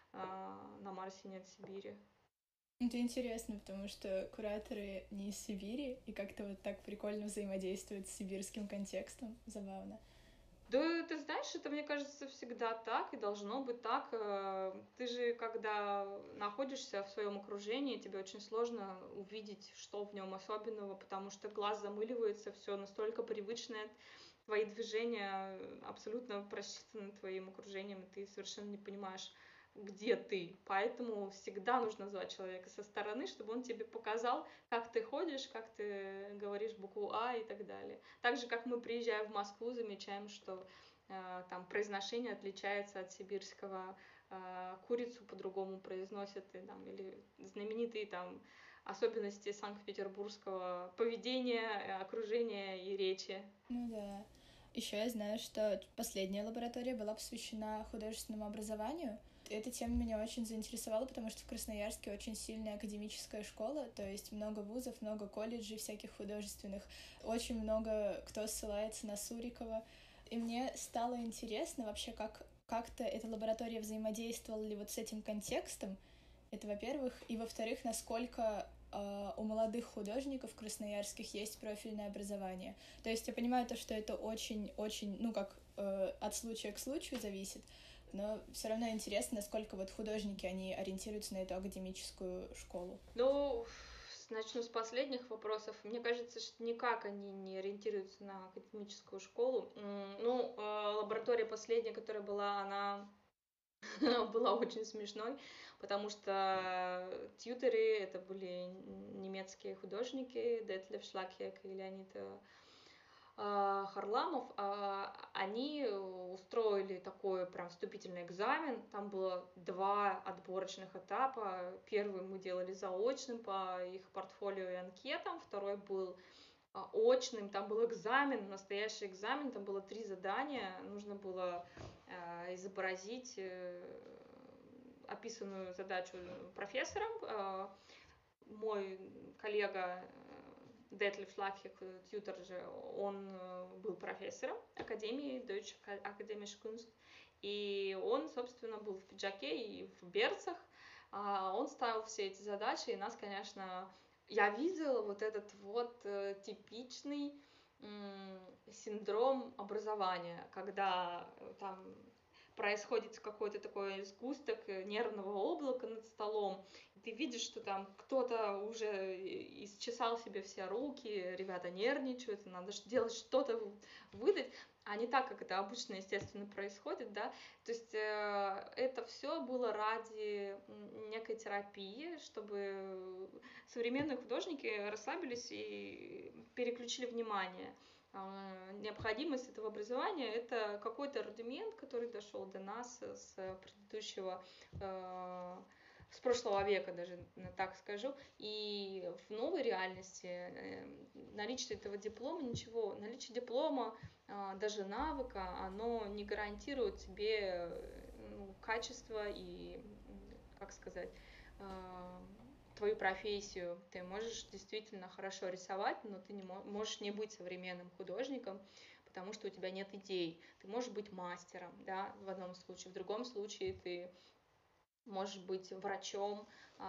Speaker 2: «На Марсе нет Сибири».
Speaker 1: Это интересно, потому что кураторы не из Сибири, и как-то вот так прикольно взаимодействуют с сибирским контекстом. Забавно.
Speaker 2: Да, ты знаешь, это, мне кажется, всегда так и должно быть так. Ты же, когда находишься в своем окружении, тебе очень сложно увидеть, что в нем особенного, потому что глаз замыливается, все настолько привычное, твои движения абсолютно просчитаны твоим окружением, и ты совершенно не понимаешь, где ты. Поэтому всегда нужно звать человека со стороны, чтобы он тебе показал, как ты ходишь, как ты говоришь букву А и так далее. Так же, как мы, приезжая в Москву, замечаем, что там произношение отличается от сибирского, курицу по-другому произносят, и, там, или знаменитые там особенности санкт-петербургского поведения, окружения и речи.
Speaker 1: Ну да. Еще я знаю, что последняя лаборатория была посвящена художественному образованию. Эта тема меня очень заинтересовала, потому что в Красноярске очень сильная академическая школа, то есть много вузов, много колледжей всяких художественных, очень много кто ссылается на Сурикова. И мне стало интересно вообще, как-то эта лаборатория взаимодействовала ли вот с этим контекстом, это во-первых, и во-вторых, насколько у молодых художников красноярских есть профильное образование. То есть я понимаю то, что это очень-очень, ну, как от случая к случаю зависит, но все равно интересно, насколько вот художники, они ориентируются на эту академическую школу.
Speaker 2: Ну, начну с последних вопросов. Мне кажется, что никак они не ориентируются на академическую школу. Ну, лаборатория последняя, которая была, она была очень смешной, потому что тьюторы это были немецкие художники, Детлев Шлакек и Леонид Харламов, они устроили такой прям вступительный экзамен. Там было 2 отборочных этапа. Первый мы делали заочным по их портфолио и анкетам, второй был очным, там был экзамен, настоящий экзамен, там было 3 задания, нужно было изобразить описанную задачу профессором. Мой коллега Детлев Шлакхек, тьютор же, он был профессором Академии, Deutsche Akademische Kunst, и он, собственно, был в пиджаке и в берцах, он ставил все эти задачи, и нас, конечно, я видела вот этот вот типичный синдром образования, когда там происходит какой-то такой сгусток нервного облака над столом, и ты видишь, что там кто-то уже исчесал себе все руки, ребята нервничают, надо делать что-то, выдать, а не так, как это обычно, естественно, происходит, да, то есть это все было ради некой терапии, чтобы современные художники расслабились и переключили внимание. Необходимость этого образования — это какой-то рудимент, который дошел до нас с предыдущего, с прошлого века, даже так скажу. И в новой реальности наличие этого диплома, ничего, наличие диплома, даже навыка, оно не гарантирует тебе качество и, как сказать, твою профессию. Ты можешь действительно хорошо рисовать, но ты не можешь не быть современным художником, потому что у тебя нет идей. Ты можешь быть мастером, да, в одном случае. В другом случае ты можешь быть врачом,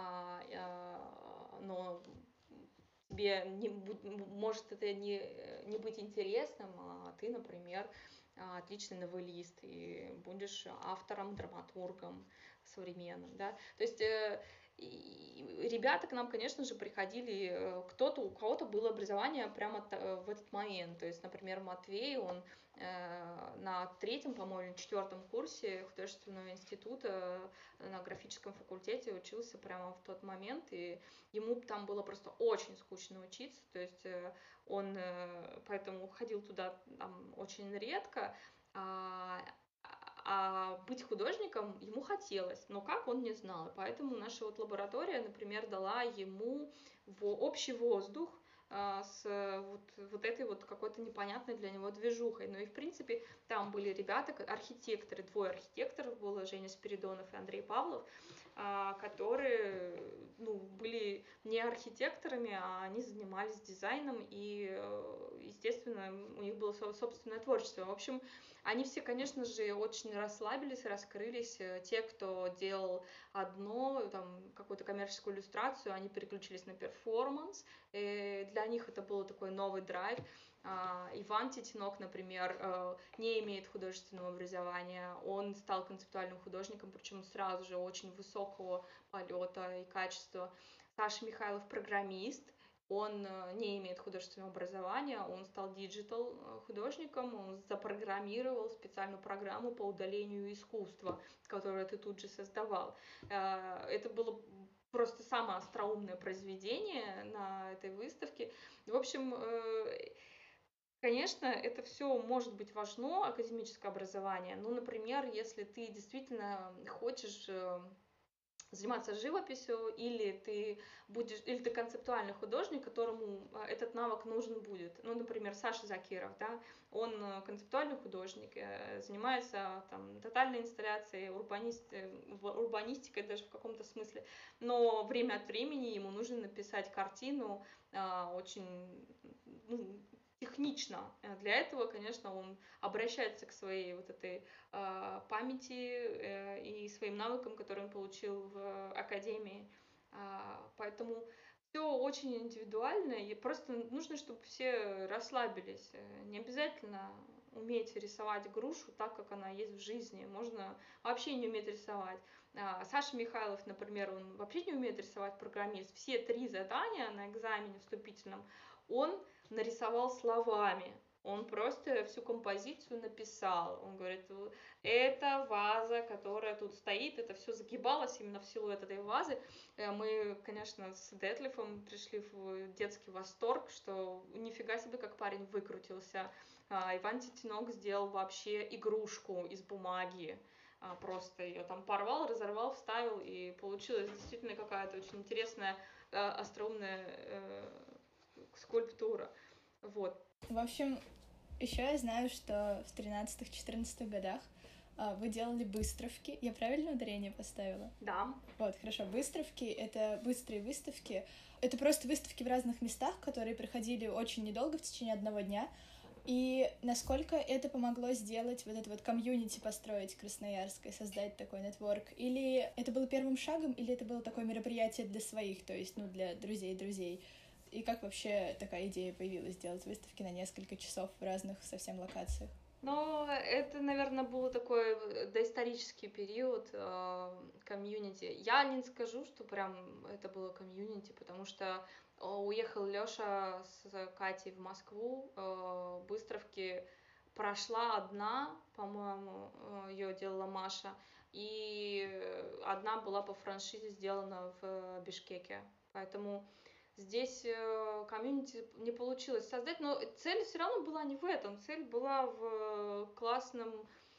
Speaker 2: но тебе может это не быть интересным, а ты, например, отличный новеллист и будешь автором, драматургом современным, да. То есть и ребята к нам, конечно же, приходили, у кого-то было образование прямо в этот момент. То есть, например, Матвей, он на третьем, по-моему, четвертом курсе художественного института на графическом факультете учился прямо в тот момент, и ему там было просто очень скучно учиться, то есть он поэтому ходил туда там очень редко, а быть художником ему хотелось, но как он не знал. Поэтому наша вот лаборатория, например, дала ему общий воздух с вот этой вот какой-то непонятной для него движухой. Ну и, в принципе, там были ребята, архитекторы, двое архитекторов было, Женя Спиридонов и Андрей Павлов, которые были не архитекторами, а они занимались дизайном, и, естественно, у них было собственное творчество. В общем, они все, конечно же, очень расслабились, раскрылись. Те, кто делал одно, там, какую-то коммерческую иллюстрацию, они переключились на перформанс. Для них это был такой новый драйв. Иван Титинок, например, не имеет художественного образования. Он стал концептуальным художником, причем сразу же очень высокого полета и качества. Саша Михайлов программист. Он не имеет художественного образования, он стал диджитал художником, он запрограммировал специальную программу по удалению искусства, которую ты тут же создавал. Это было просто самое остроумное произведение на этой выставке. В общем, конечно, это все может быть важно, академическое образование. Ну, например, если ты действительно хочешь заниматься живописью, или ты концептуальный художник, которому этот навык нужен будет. Ну, например, Саша Закиров, да, он концептуальный художник, занимается там тотальной инсталляцией, урбанистикой даже в каком-то смысле, но время от времени ему нужно написать картину очень технично. Для этого, конечно, он обращается к своей вот этой памяти и своим навыкам, которые он получил в академии. Поэтому все очень индивидуально, и просто нужно, чтобы все расслабились. Не обязательно уметь рисовать грушу так, как она есть в жизни. Можно вообще не уметь рисовать. Саша Михайлов, например, он вообще не умеет рисовать, программист. Все 3 задания на экзамене вступительном он нарисовал словами. Он просто всю композицию написал. Он говорит, это ваза, которая тут стоит, это все загибалось именно в силуэт этой вазы. Мы, конечно, с Детлифом пришли в детский восторг, что нифига себе, как парень выкрутился. Иван Титинок сделал вообще игрушку из бумаги. Просто ее там порвал, разорвал, вставил, и получилась действительно какая-то очень интересная, остроумная скульптура. Вот.
Speaker 1: В общем, еще я знаю, что в 13-14 годах вы делали быстровки. Я правильно ударение поставила?
Speaker 2: Да.
Speaker 1: Вот, хорошо. Быстровки — это быстрые выставки. Это просто выставки в разных местах, которые проходили очень недолго, в течение одного дня. И насколько это помогло сделать вот это вот комьюнити, построить красноярское, создать такой нетворк? Или это было первым шагом, или это было такое мероприятие для своих, то есть, для друзей? И как вообще такая идея появилась, сделать выставки на несколько часов в разных совсем локациях?
Speaker 2: Ну, это, наверное, был такой доисторический период комьюнити. Я не скажу, что прям это было комьюнити, потому что уехал Лёша с Катей в Москву, Быстровки прошла одна, по-моему, ее делала Маша, и одна была по франшизе сделана в Бишкеке. Поэтому здесь комьюнити не получилось создать, но цель все равно была не в этом. Цель была в классном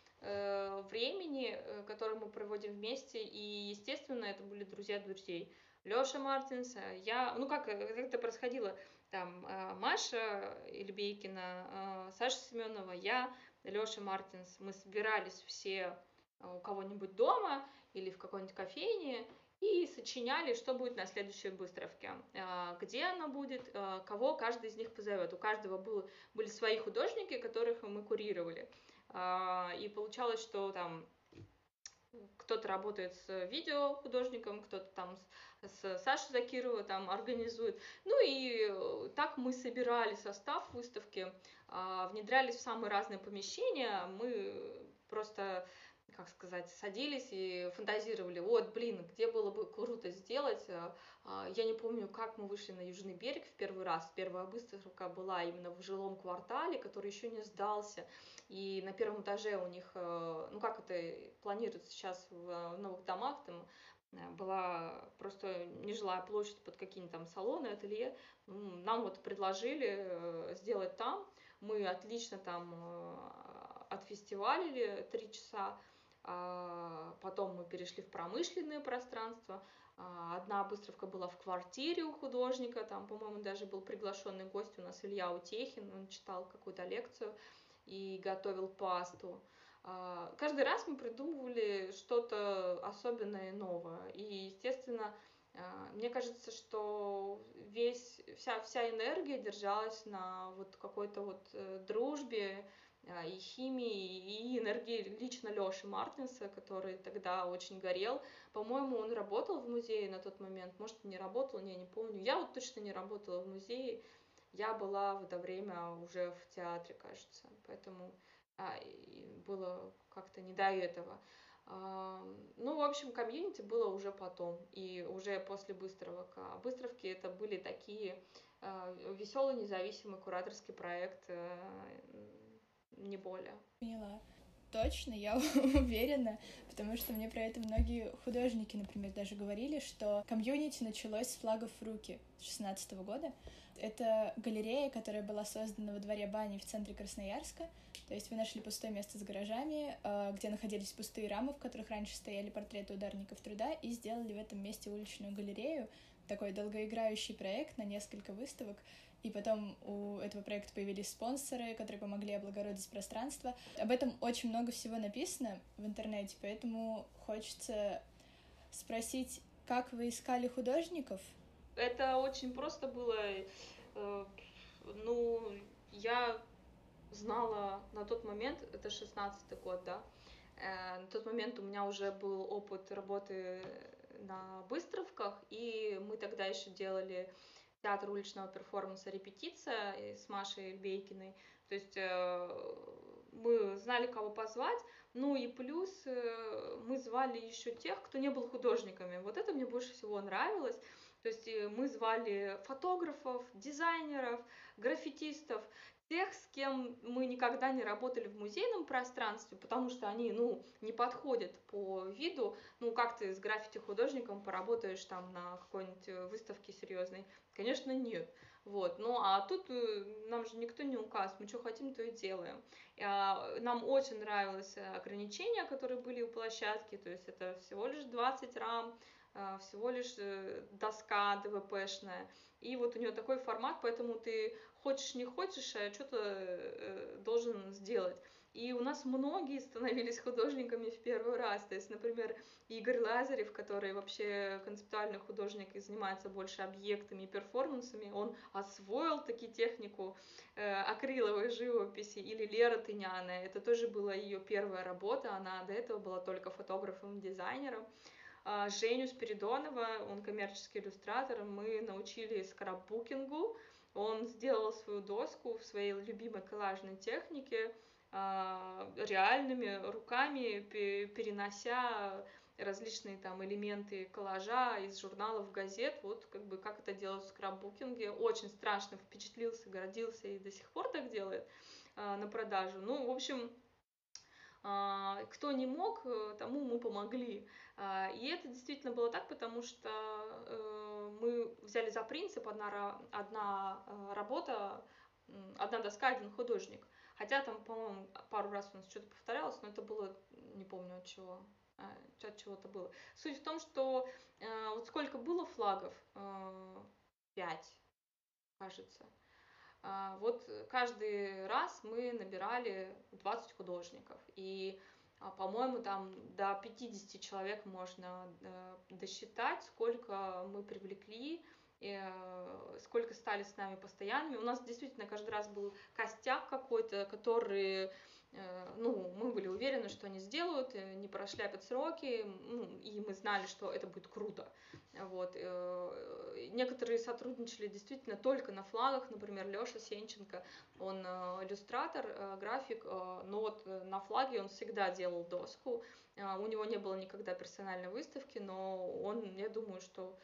Speaker 2: времени, которое мы проводим вместе, и, естественно, это были друзья друзей. Лёша Мартинс, я, как это происходило, там Маша Ильбейкина, Саша Семенова, я, Лёша Мартинс, мы собирались все у кого-нибудь дома или в какой-нибудь кофейне, и сочиняли, что будет на следующей выставке, где она будет, кого каждый из них позовет. У каждого были свои художники, которых мы курировали. И получалось, что там кто-то работает с видеохудожником, кто-то там с Сашей Закирова там организует. Ну и так мы собирали состав выставки, внедрялись в самые разные помещения. Мы просто, как сказать, садились и фантазировали. Вот, блин, где было бы круто сделать. Я не помню, как мы вышли на Южный берег в первый раз. Первая выставка была именно в жилом квартале, который еще не сдался. И на первом этаже у них, ну как это планируется сейчас в новых домах, там была просто нежилая площадь под какие-нибудь там салоны, ателье. Нам вот предложили сделать там. Мы отлично там отфестивалили 3 часа. Потом мы перешли в промышленное пространство. Одна выставка была в квартире у художника. Там, по-моему, даже был приглашенный гость у нас Илья Утехин. Он читал какую-то лекцию и готовил пасту. Каждый раз мы придумывали что-то особенное и новое. И, естественно, мне кажется, что вся энергия держалась на вот какой-то вот дружбе и химии, и энергии лично Лёши Мартинса, который тогда очень горел. По-моему, он работал в музее на тот момент, может, не работал, не помню. Я вот точно не работала в музее, я была в это время уже в театре, кажется, поэтому было как-то не до этого. Ну, в общем, комьюнити было уже потом, и уже после Быстровок. А Быстровки это были такие веселый, независимый кураторский проект, не более.
Speaker 1: Поняла. Точно, я уверена, потому что мне про это многие художники, например, даже говорили, что комьюнити началось с флагов в руки с 2016 года. Это галерея, которая была создана во дворе бани в центре Красноярска. То есть вы нашли пустое место с гаражами, где находились пустые рамы, в которых раньше стояли портреты ударников труда, и сделали в этом месте уличную галерею. Такой долгоиграющий проект на несколько выставок. И потом у этого проекта появились спонсоры, которые помогли облагородить пространство. Об этом очень много всего написано в интернете, поэтому хочется спросить, как вы искали художников?
Speaker 2: Это очень просто было. Ну, я знала на тот момент, это 16-й год, да, на тот момент у меня уже был опыт работы на Быстровках, и мы тогда еще делали театр уличного перформанса «Репетиция» с Машей Бейкиной. То есть мы знали, кого позвать, ну и плюс мы звали еще тех, кто не был художниками. Вот это мне больше всего нравилось. То есть мы звали фотографов, дизайнеров, граффитистов, тех, с кем мы никогда не работали в музейном пространстве, потому что они, ну, не подходят по виду. Ну, как ты с граффити-художником поработаешь там на какой-нибудь выставке серьезной? Конечно, нет. Вот. Ну, а тут нам же никто не указ, мы что хотим, то и делаем. Нам очень нравилось ограничения, которые были у площадки, то есть это всего лишь 20 рам, всего лишь доска ДВПшная. И вот у нее такой формат, поэтому ты хочешь не хочешь, а что-то должен сделать. И у нас многие становились художниками в первый раз. То есть, например, Игорь Лазарев, который вообще концептуальный художник и занимается больше объектами и перформансами, он освоил таки технику акриловой живописи. Или Лера Тыняна, это тоже была ее первая работа, она до этого была только фотографом, дизайнером. Женю Спиридонова, он коммерческий иллюстратор, мы научили скрапбукингу, он сделал свою доску в своей любимой коллажной технике, реальными руками, перенося различные там элементы коллажа из журналов, газет, вот как бы как это делают в скрапбукинге. Очень страшно впечатлился, гордился и до сих пор так делает на продажу. Ну, в общем, кто не мог, тому мы помогли. И это действительно было так, потому что мы взяли за принцип одна работа, одна доска, один художник. Хотя там, по-моему, пару раз у нас что-то повторялось, но это было, не помню от чего, от чего-то было. Суть в том, что вот сколько было флагов? 5, кажется. Вот каждый раз мы набирали 20 художников. И По-моему, там до 50 человек можно досчитать, сколько мы привлекли, сколько стали с нами постоянными. У нас действительно каждый раз был костяк какой-то, который, ну, мы были уверены, что они сделают, не прошляпят сроки, ну, и мы знали, что это будет круто. Вот. Некоторые сотрудничали действительно только на флагах, например, Лёша Сенченко, он иллюстратор, график, но вот на флаге он всегда делал доску, у него не было никогда персональной выставки, но он, я думаю, что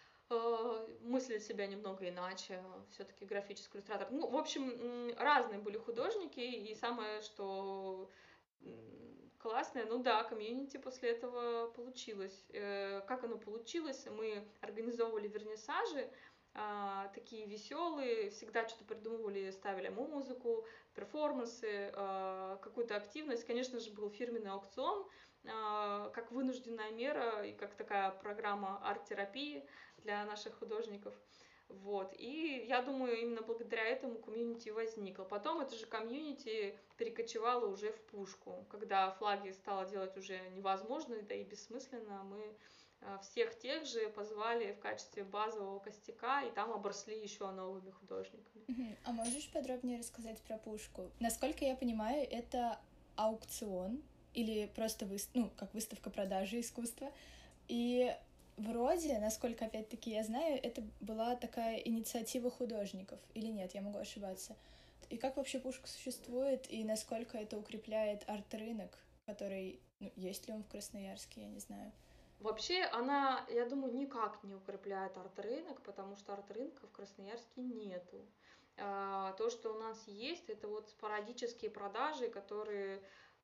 Speaker 2: мыслит себя немного иначе, все-таки графический иллюстратор. Ну, в общем, разные были художники, и самое, что классное, ну да, комьюнити после этого получилось. Как оно получилось? Мы организовывали вернисажи, такие веселые, всегда что-то придумывали, ставили музыку, перформансы, какую-то активность. Конечно же, был фирменный аукцион, как вынужденная мера и как такая программа арт-терапии для наших художников. Вот. И я думаю, именно благодаря этому комьюнити возникло. Потом это же комьюнити перекочевало уже в пушку. Когда флаги стало делать уже невозможно, да и бессмысленно, мы всех тех же позвали в качестве базового костяка, и там обросли еще новыми художниками.
Speaker 1: А можешь подробнее рассказать про пушку? Насколько я понимаю, это аукцион или просто как выставка продажи искусства. И вроде, насколько опять-таки я знаю, это была такая инициатива художников. Или нет, я могу ошибаться. И как вообще пушка существует, и насколько это укрепляет арт-рынок, который... есть ли он в Красноярске, я не знаю.
Speaker 2: Вообще она, я думаю, никак не укрепляет арт-рынок, потому что арт-рынка в Красноярске нету. То, что у нас есть, это вот спорадические продажи, которые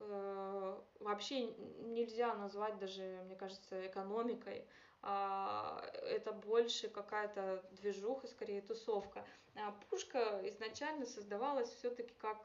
Speaker 2: вообще нельзя назвать даже, мне кажется, экономикой. Это больше какая-то движуха, скорее тусовка. Пушка изначально создавалась все-таки как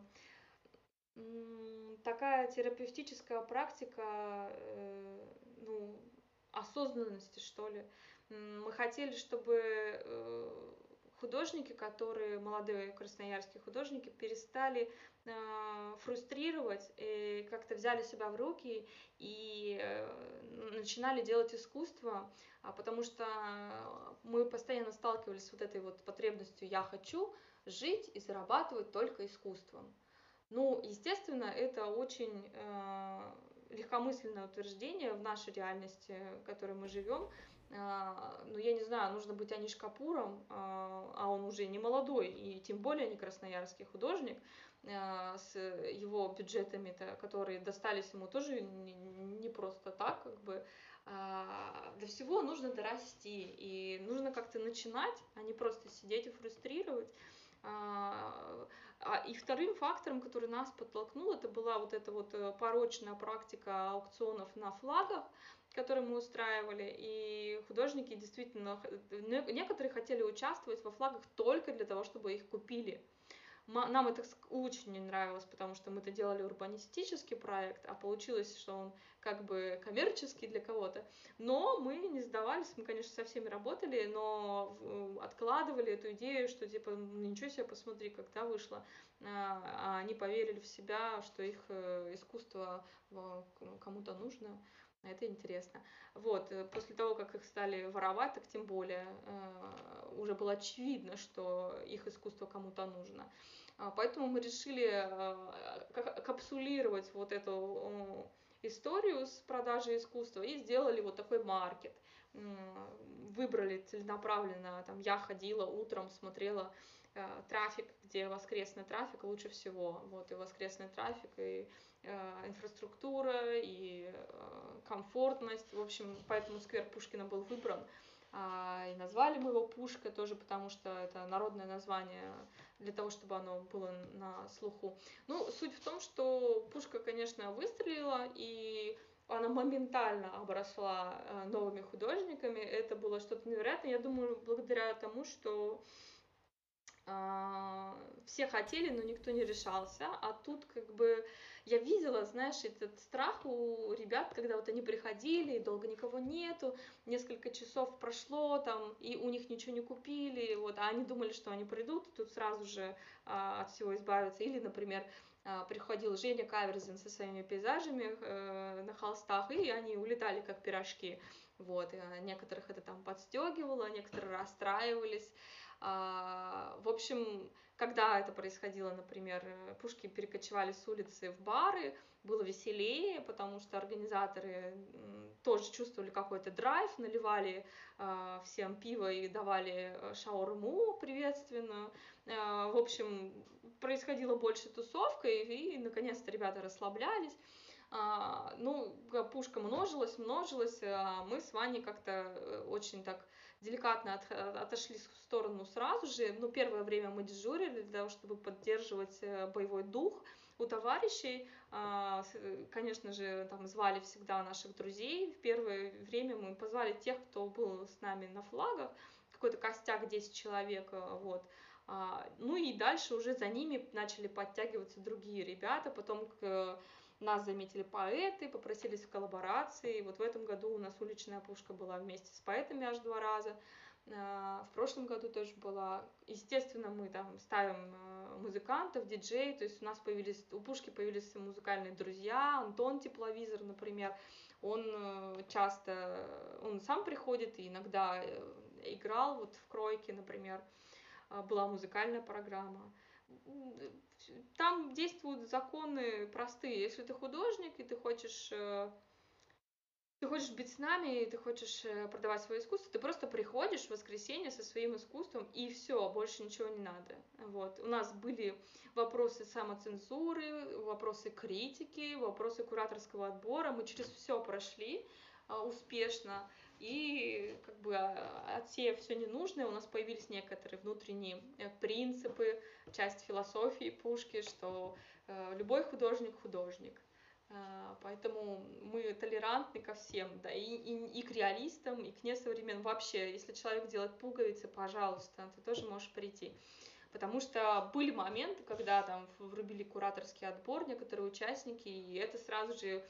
Speaker 2: такая терапевтическая практика, ну, осознанности, что ли. Мы хотели, чтобы художники, которые, молодые красноярские художники, перестали фрустрировать, и как-то взяли себя в руки и начинали делать искусство, потому что мы постоянно сталкивались с вот этой вот потребностью «я хочу жить и зарабатывать только искусством». Ну, естественно, это очень легкомысленное утверждение в нашей реальности, в которой мы живем. Ну, я не знаю, нужно быть Аниш Капуром, а он уже не молодой, и тем более не красноярский художник, с его бюджетами-то, которые достались ему тоже не просто так, как бы. До всего нужно дорасти, и нужно как-то начинать, а не просто сидеть и фрустрировать. И вторым фактором, который нас подтолкнул, это была вот эта вот порочная практика аукционов на флагах, которые мы устраивали, и художники действительно, некоторые хотели участвовать во флагах только для того, чтобы их купили. Нам это очень не нравилось, потому что мы-то делали урбанистический проект, а получилось, что он как бы коммерческий для кого-то. Но мы не сдавались, мы, конечно, со всеми работали, но откладывали эту идею, что типа, ничего себе, посмотри, когда вышло. А они поверили в себя, что их искусство кому-то нужно. Это интересно. Вот, после того, как их стали воровать, так тем более уже было очевидно, что их искусство кому-то нужно. Поэтому мы решили капсулировать вот эту историю с продажей искусства и сделали вот такой маркет. Выбрали целенаправленно, там, я ходила утром, смотрела трафик, где воскресный трафик лучше всего. Вот, и воскресный трафик, и инфраструктура, и комфортность. В общем, поэтому сквер Пушкина был выбран. И назвали мы его Пушка тоже, потому что это народное название для того, чтобы оно было на слуху. Ну, суть в том, что Пушка, конечно, выстрелила, и она моментально обросла новыми художниками. Это было что-то невероятное. Я думаю, благодаря тому, что все хотели, но никто не решался, а тут как бы я видела, знаешь, этот страх у ребят, когда вот они приходили, и долго никого нету, несколько часов прошло там, и у них ничего не купили, вот, а они думали, что они придут, и тут сразу же от всего избавятся, или, например, приходил Женя Каверзин со своими пейзажами на холстах, и они улетали как пирожки. Вот, и некоторых это там подстегивало, некоторые расстраивались. В общем, когда это происходило, например, пушки перекочевали с улицы в бары, было веселее, потому что организаторы тоже чувствовали какой-то драйв, наливали всем пиво и давали шаурму приветственную. В общем, происходило больше тусовка, и наконец-то ребята расслаблялись. Ну, пушка множилась, а мы с Ваней как-то очень так деликатно отошли в сторону сразу же. Ну, первое время мы дежурили для того, чтобы поддерживать боевой дух у товарищей. Конечно же, там звали всегда наших друзей. В первое время мы позвали тех, кто был с нами на флагах, какой-то костяк 10 человек, вот. Ну и дальше уже за ними начали подтягиваться другие ребята, потом нас заметили поэты, попросились в коллаборации. Вот в этом году у нас уличная пушка была вместе с поэтами аж 2 раза. В прошлом году тоже была. Естественно, мы там ставим музыкантов, диджей, то есть у пушки появились музыкальные друзья, Антон Тепловизор, например, он сам приходит и иногда играл, вот в Кройке, например, была музыкальная программа. Там действуют законы простые. Если ты художник и ты хочешь быть с нами, и ты хочешь продавать свое искусство, ты просто приходишь в воскресенье со своим искусством, и все, больше ничего не надо. Вот. У нас были вопросы самоцензуры, вопросы критики, вопросы кураторского отбора. Мы через все прошли успешно. И как бы отсеяв все ненужное, у нас появились некоторые внутренние принципы, часть философии Пушки, что любой художник художник. Поэтому мы толерантны ко всем, да, и к реалистам, и к несовременным. Вообще, если человек делает пуговицы, пожалуйста, ты тоже можешь прийти. Потому что были моменты, когда там врубили кураторский отбор некоторые участники, и это сразу же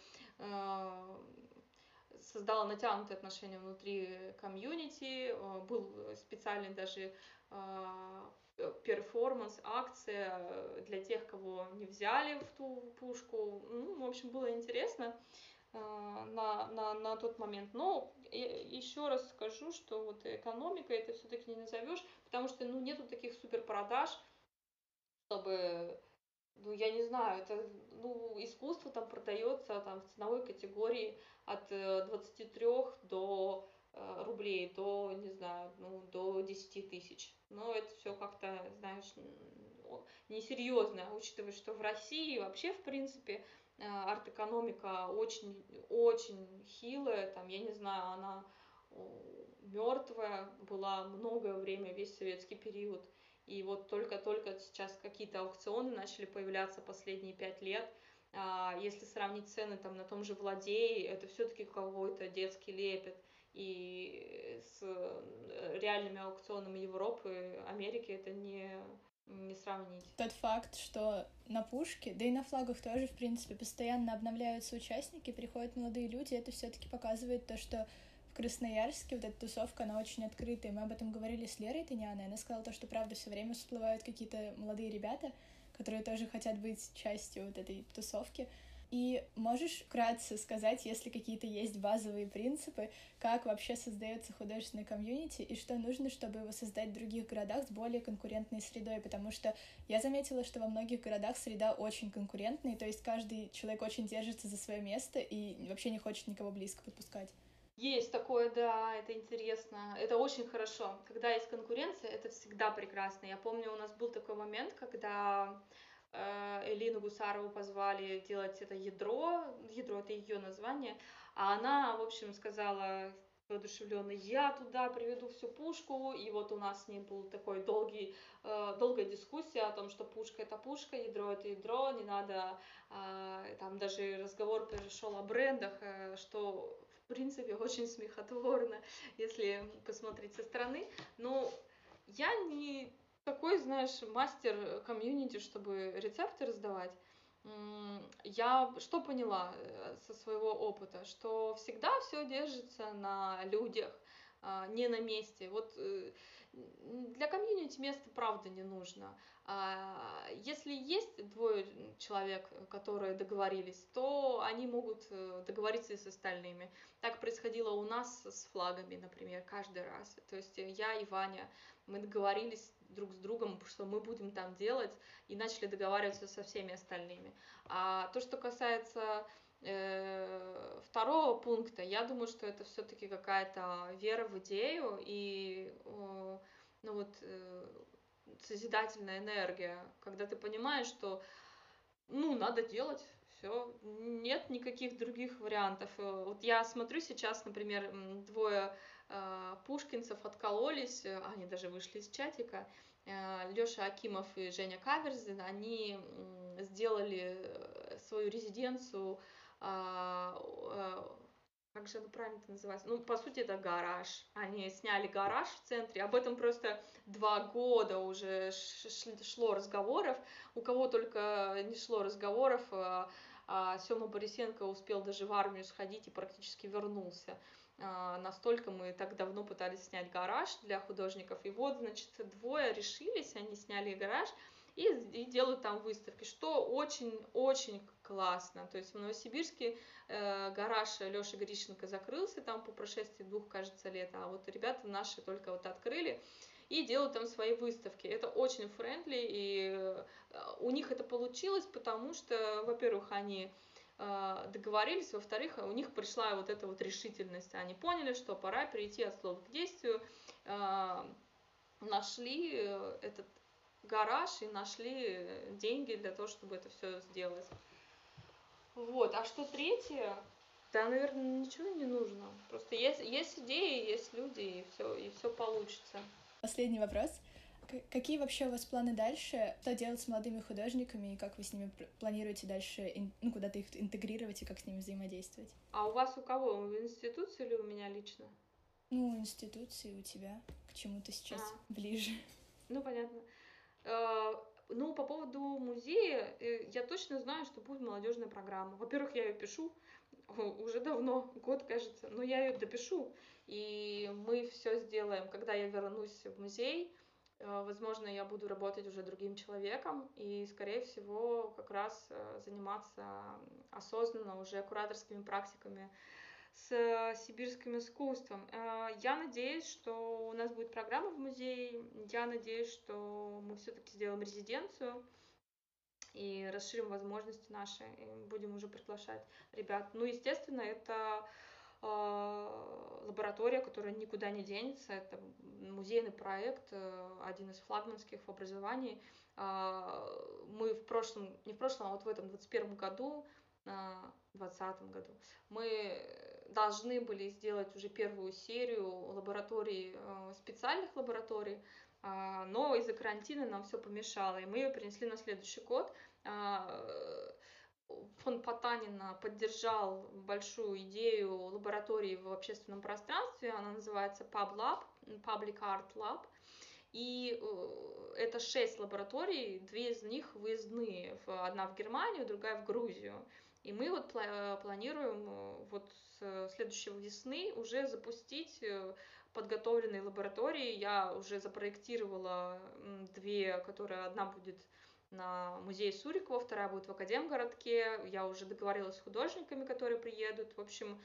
Speaker 2: создало натянутые отношения внутри комьюнити, был специальный даже перформанс, акция для тех, кого не взяли в ту пушку. Ну, в общем, было интересно на тот момент. Но еще раз скажу, что вот экономика это все-таки не назовешь, потому что нету таких суперпродаж, чтобы, я не знаю, это, искусство там продается там в ценовой категории от 23 рублей до, не знаю, до 10 тысяч. Но это все как-то, знаешь, несерьезно, учитывая, что в России вообще, в принципе, арт-экономика очень хилая, там, я не знаю, она мертвая была многое время, весь советский период. И вот только-только сейчас какие-то аукционы начали появляться последние 5 лет. Если сравнить цены там на том же Владее, это все-таки какой-то детский лепет. И с реальными аукционами Европы, Америки это не сравнить.
Speaker 1: Тот факт, что на пушке, да и на флагах тоже, в принципе, постоянно обновляются участники, приходят молодые люди, это все-таки показывает то, что в Красноярске вот эта тусовка, она очень открытая. Мы об этом говорили с Лерой Таняной, она сказала то, что, правда, все время всплывают какие-то молодые ребята, которые тоже хотят быть частью вот этой тусовки. И можешь вкратце сказать, если какие-то есть базовые принципы, как вообще создается художественный комьюнити и что нужно, чтобы его создать в других городах с более конкурентной средой? Потому что я заметила, что во многих городах среда очень конкурентная, то есть каждый человек очень держится за свое место и вообще не хочет никого близко подпускать.
Speaker 2: Есть такое, да, это интересно. Это очень хорошо. Когда есть конкуренция, это всегда прекрасно. Я помню, у нас был такой момент, когда Элину Гусарову позвали делать это ядро это ее название, а она, в общем, сказала воодушевленно, я туда приведу всю пушку, и вот у нас с ней был такой долгая дискуссия о том, что пушка это пушка, ядро это ядро, не надо, там даже разговор перешел о брендах, что в принципе очень смехотворно, если посмотреть со стороны, но я не такой, знаешь, мастер комьюнити, чтобы рецепты раздавать. Я что поняла со своего опыта, что всегда все держится на людях. не на месте. Вот для комьюнити место правда не нужно. Если есть двое человек, которые договорились, то они могут договориться и с остальными. Так происходило у нас с флагами, например, каждый раз. То есть я и Ваня, мы договорились друг с другом, что мы будем там делать, и начали договариваться со всеми остальными. А то, что касается второго пункта, я думаю, что это все-таки какая-то вера в идею и ну вот созидательная энергия, когда ты понимаешь, что ну надо делать, все, нет никаких других вариантов. Вот я смотрю сейчас, например, двое пушкинцев откололись, они даже вышли из чатика. Лёша Акимов и Женя Каверзин, они сделали свою резиденцию, как же оно правильно называется? Ну, по сути, это гараж. Они сняли гараж в центре. Об этом просто 2 года уже шло разговоров. У кого только не шло разговоров, Сёма Борисенко успел даже в армию сходить и практически вернулся. Настолько мы так давно пытались снять гараж для художников. И вот, значит, двое решились, они сняли гараж и делают там выставки, что очень-очень классно. То есть в Новосибирске гараж Лёши Грищенко закрылся там по прошествии 2, кажется, лет, а вот ребята наши только вот открыли и делают там свои выставки. Это очень френдли, и у них это получилось, потому что, во-первых, они договорились, во-вторых, у них пришла вот эта вот решительность. Они поняли, что пора перейти от слова к действию, нашли этот гараж и нашли деньги для того, чтобы это все сделать. Вот, а что третье? Да, наверное, ничего не нужно. Просто есть идеи, есть люди, и все получится.
Speaker 1: Последний вопрос. Какие вообще у вас планы дальше? Что делать с молодыми художниками, и как вы с ними планируете дальше, ну, куда-то их интегрировать и как с ними взаимодействовать?
Speaker 2: А у вас у кого? В институции или у меня лично?
Speaker 1: Ну, институции у тебя. К чему ты сейчас ближе?
Speaker 2: Ну, понятно. Ну, по поводу музея, я точно знаю, что будет молодежная программа. Во-первых, я ее пишу уже давно, год, кажется, но я ее допишу, и мы все сделаем. Когда я вернусь в музей, возможно, я буду работать уже другим человеком и, скорее всего, как раз заниматься осознанно уже кураторскими практиками с сибирским искусством. Я надеюсь, что у нас будет программа в музее. Я надеюсь, что мы все-таки сделаем резиденцию и расширим возможности наши, и будем уже приглашать ребят. Ну, естественно, это лаборатория, которая никуда не денется. Это музейный проект, один из флагманских в образовании. Мы в прошлом, не в прошлом, а вот в этом 2021 году, в 2020 году, мы должны были сделать уже первую серию лабораторий, специальных лабораторий, но из-за карантина нам все помешало, и мы ее перенесли на следующий год. Фонд Потанина поддержал большую идею лаборатории в общественном пространстве, она называется PubLab, Public Art Lab, и это 6 лабораторий, 2 из них выездные, одна в Германию, другая в Грузию. И мы вот планируем вот с следующей весны уже запустить подготовленные лаборатории. Я уже запроектировала 2, которые одна будет на музее Сурикова, вторая будет в Академгородке. Я уже договорилась с художниками, которые приедут. В общем,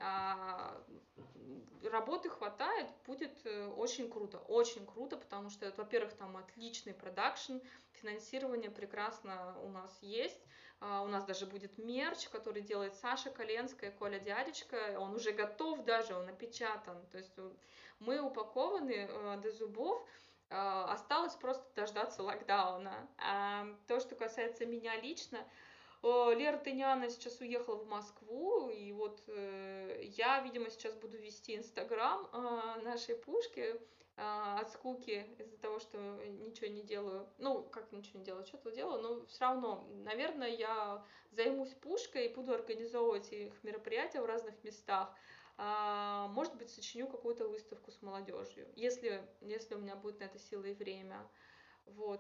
Speaker 2: работы хватает, будет очень круто, потому что, во-первых, там отличный продакшн, финансирование прекрасно у нас есть. У нас даже будет мерч, который делает Саша Коленская, Коля Дядечка. Он уже готов даже, он напечатан. То есть мы упакованы до зубов. Осталось просто дождаться локдауна. А то, что касается меня лично, Лера Тыняна сейчас уехала в Москву, и вот я, видимо, сейчас буду вести Инстаграм нашей Пушки от скуки из-за того, что ничего не делаю. Ну, как ничего не делаю, что-то делаю, но все равно, наверное, я займусь Пушкой и буду организовывать их мероприятия в разных местах. Может быть, сочиню какую-то выставку с молодежью, если у меня будет на это сила и время. Вот.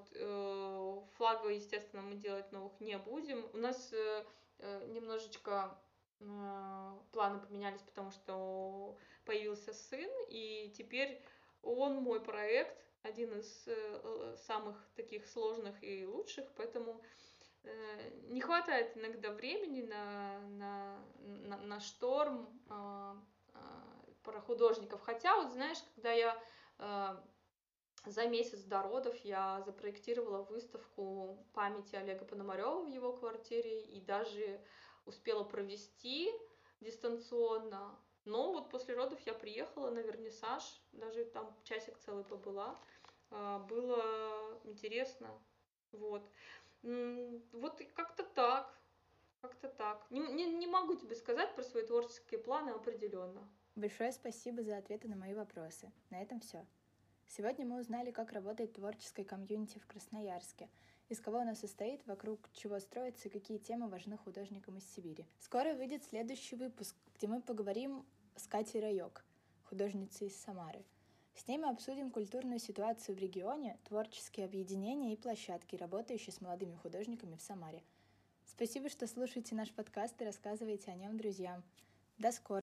Speaker 2: Флагов, естественно, мы делать новых не будем. У нас немножечко планы поменялись, потому что появился сын, и теперь он мой проект, один из самых таких сложных и лучших, поэтому не хватает иногда времени на шторм про художников. Хотя, вот знаешь, когда я за месяц до родов я запроектировала выставку памяти Олега Пономарева в его квартире и даже успела провести дистанционно. Но вот после родов я приехала на вернисаж, даже там часик целый побыла. Было интересно. Вот. Вот и как-то так. Как-то так. Не могу тебе сказать про свои творческие планы определенно.
Speaker 1: Большое спасибо за ответы на мои вопросы. На этом все. Сегодня мы узнали, как работает творческое комьюнити в Красноярске, из кого оно состоит, вокруг чего строится и какие темы важны художникам из Сибири. Скоро выйдет следующий выпуск, где мы поговорим с Катей Райок, художницей из Самары. С ней мы обсудим культурную ситуацию в регионе, творческие объединения и площадки, работающие с молодыми художниками в Самаре. Спасибо, что слушаете наш подкаст и рассказываете о нем друзьям. До скорого!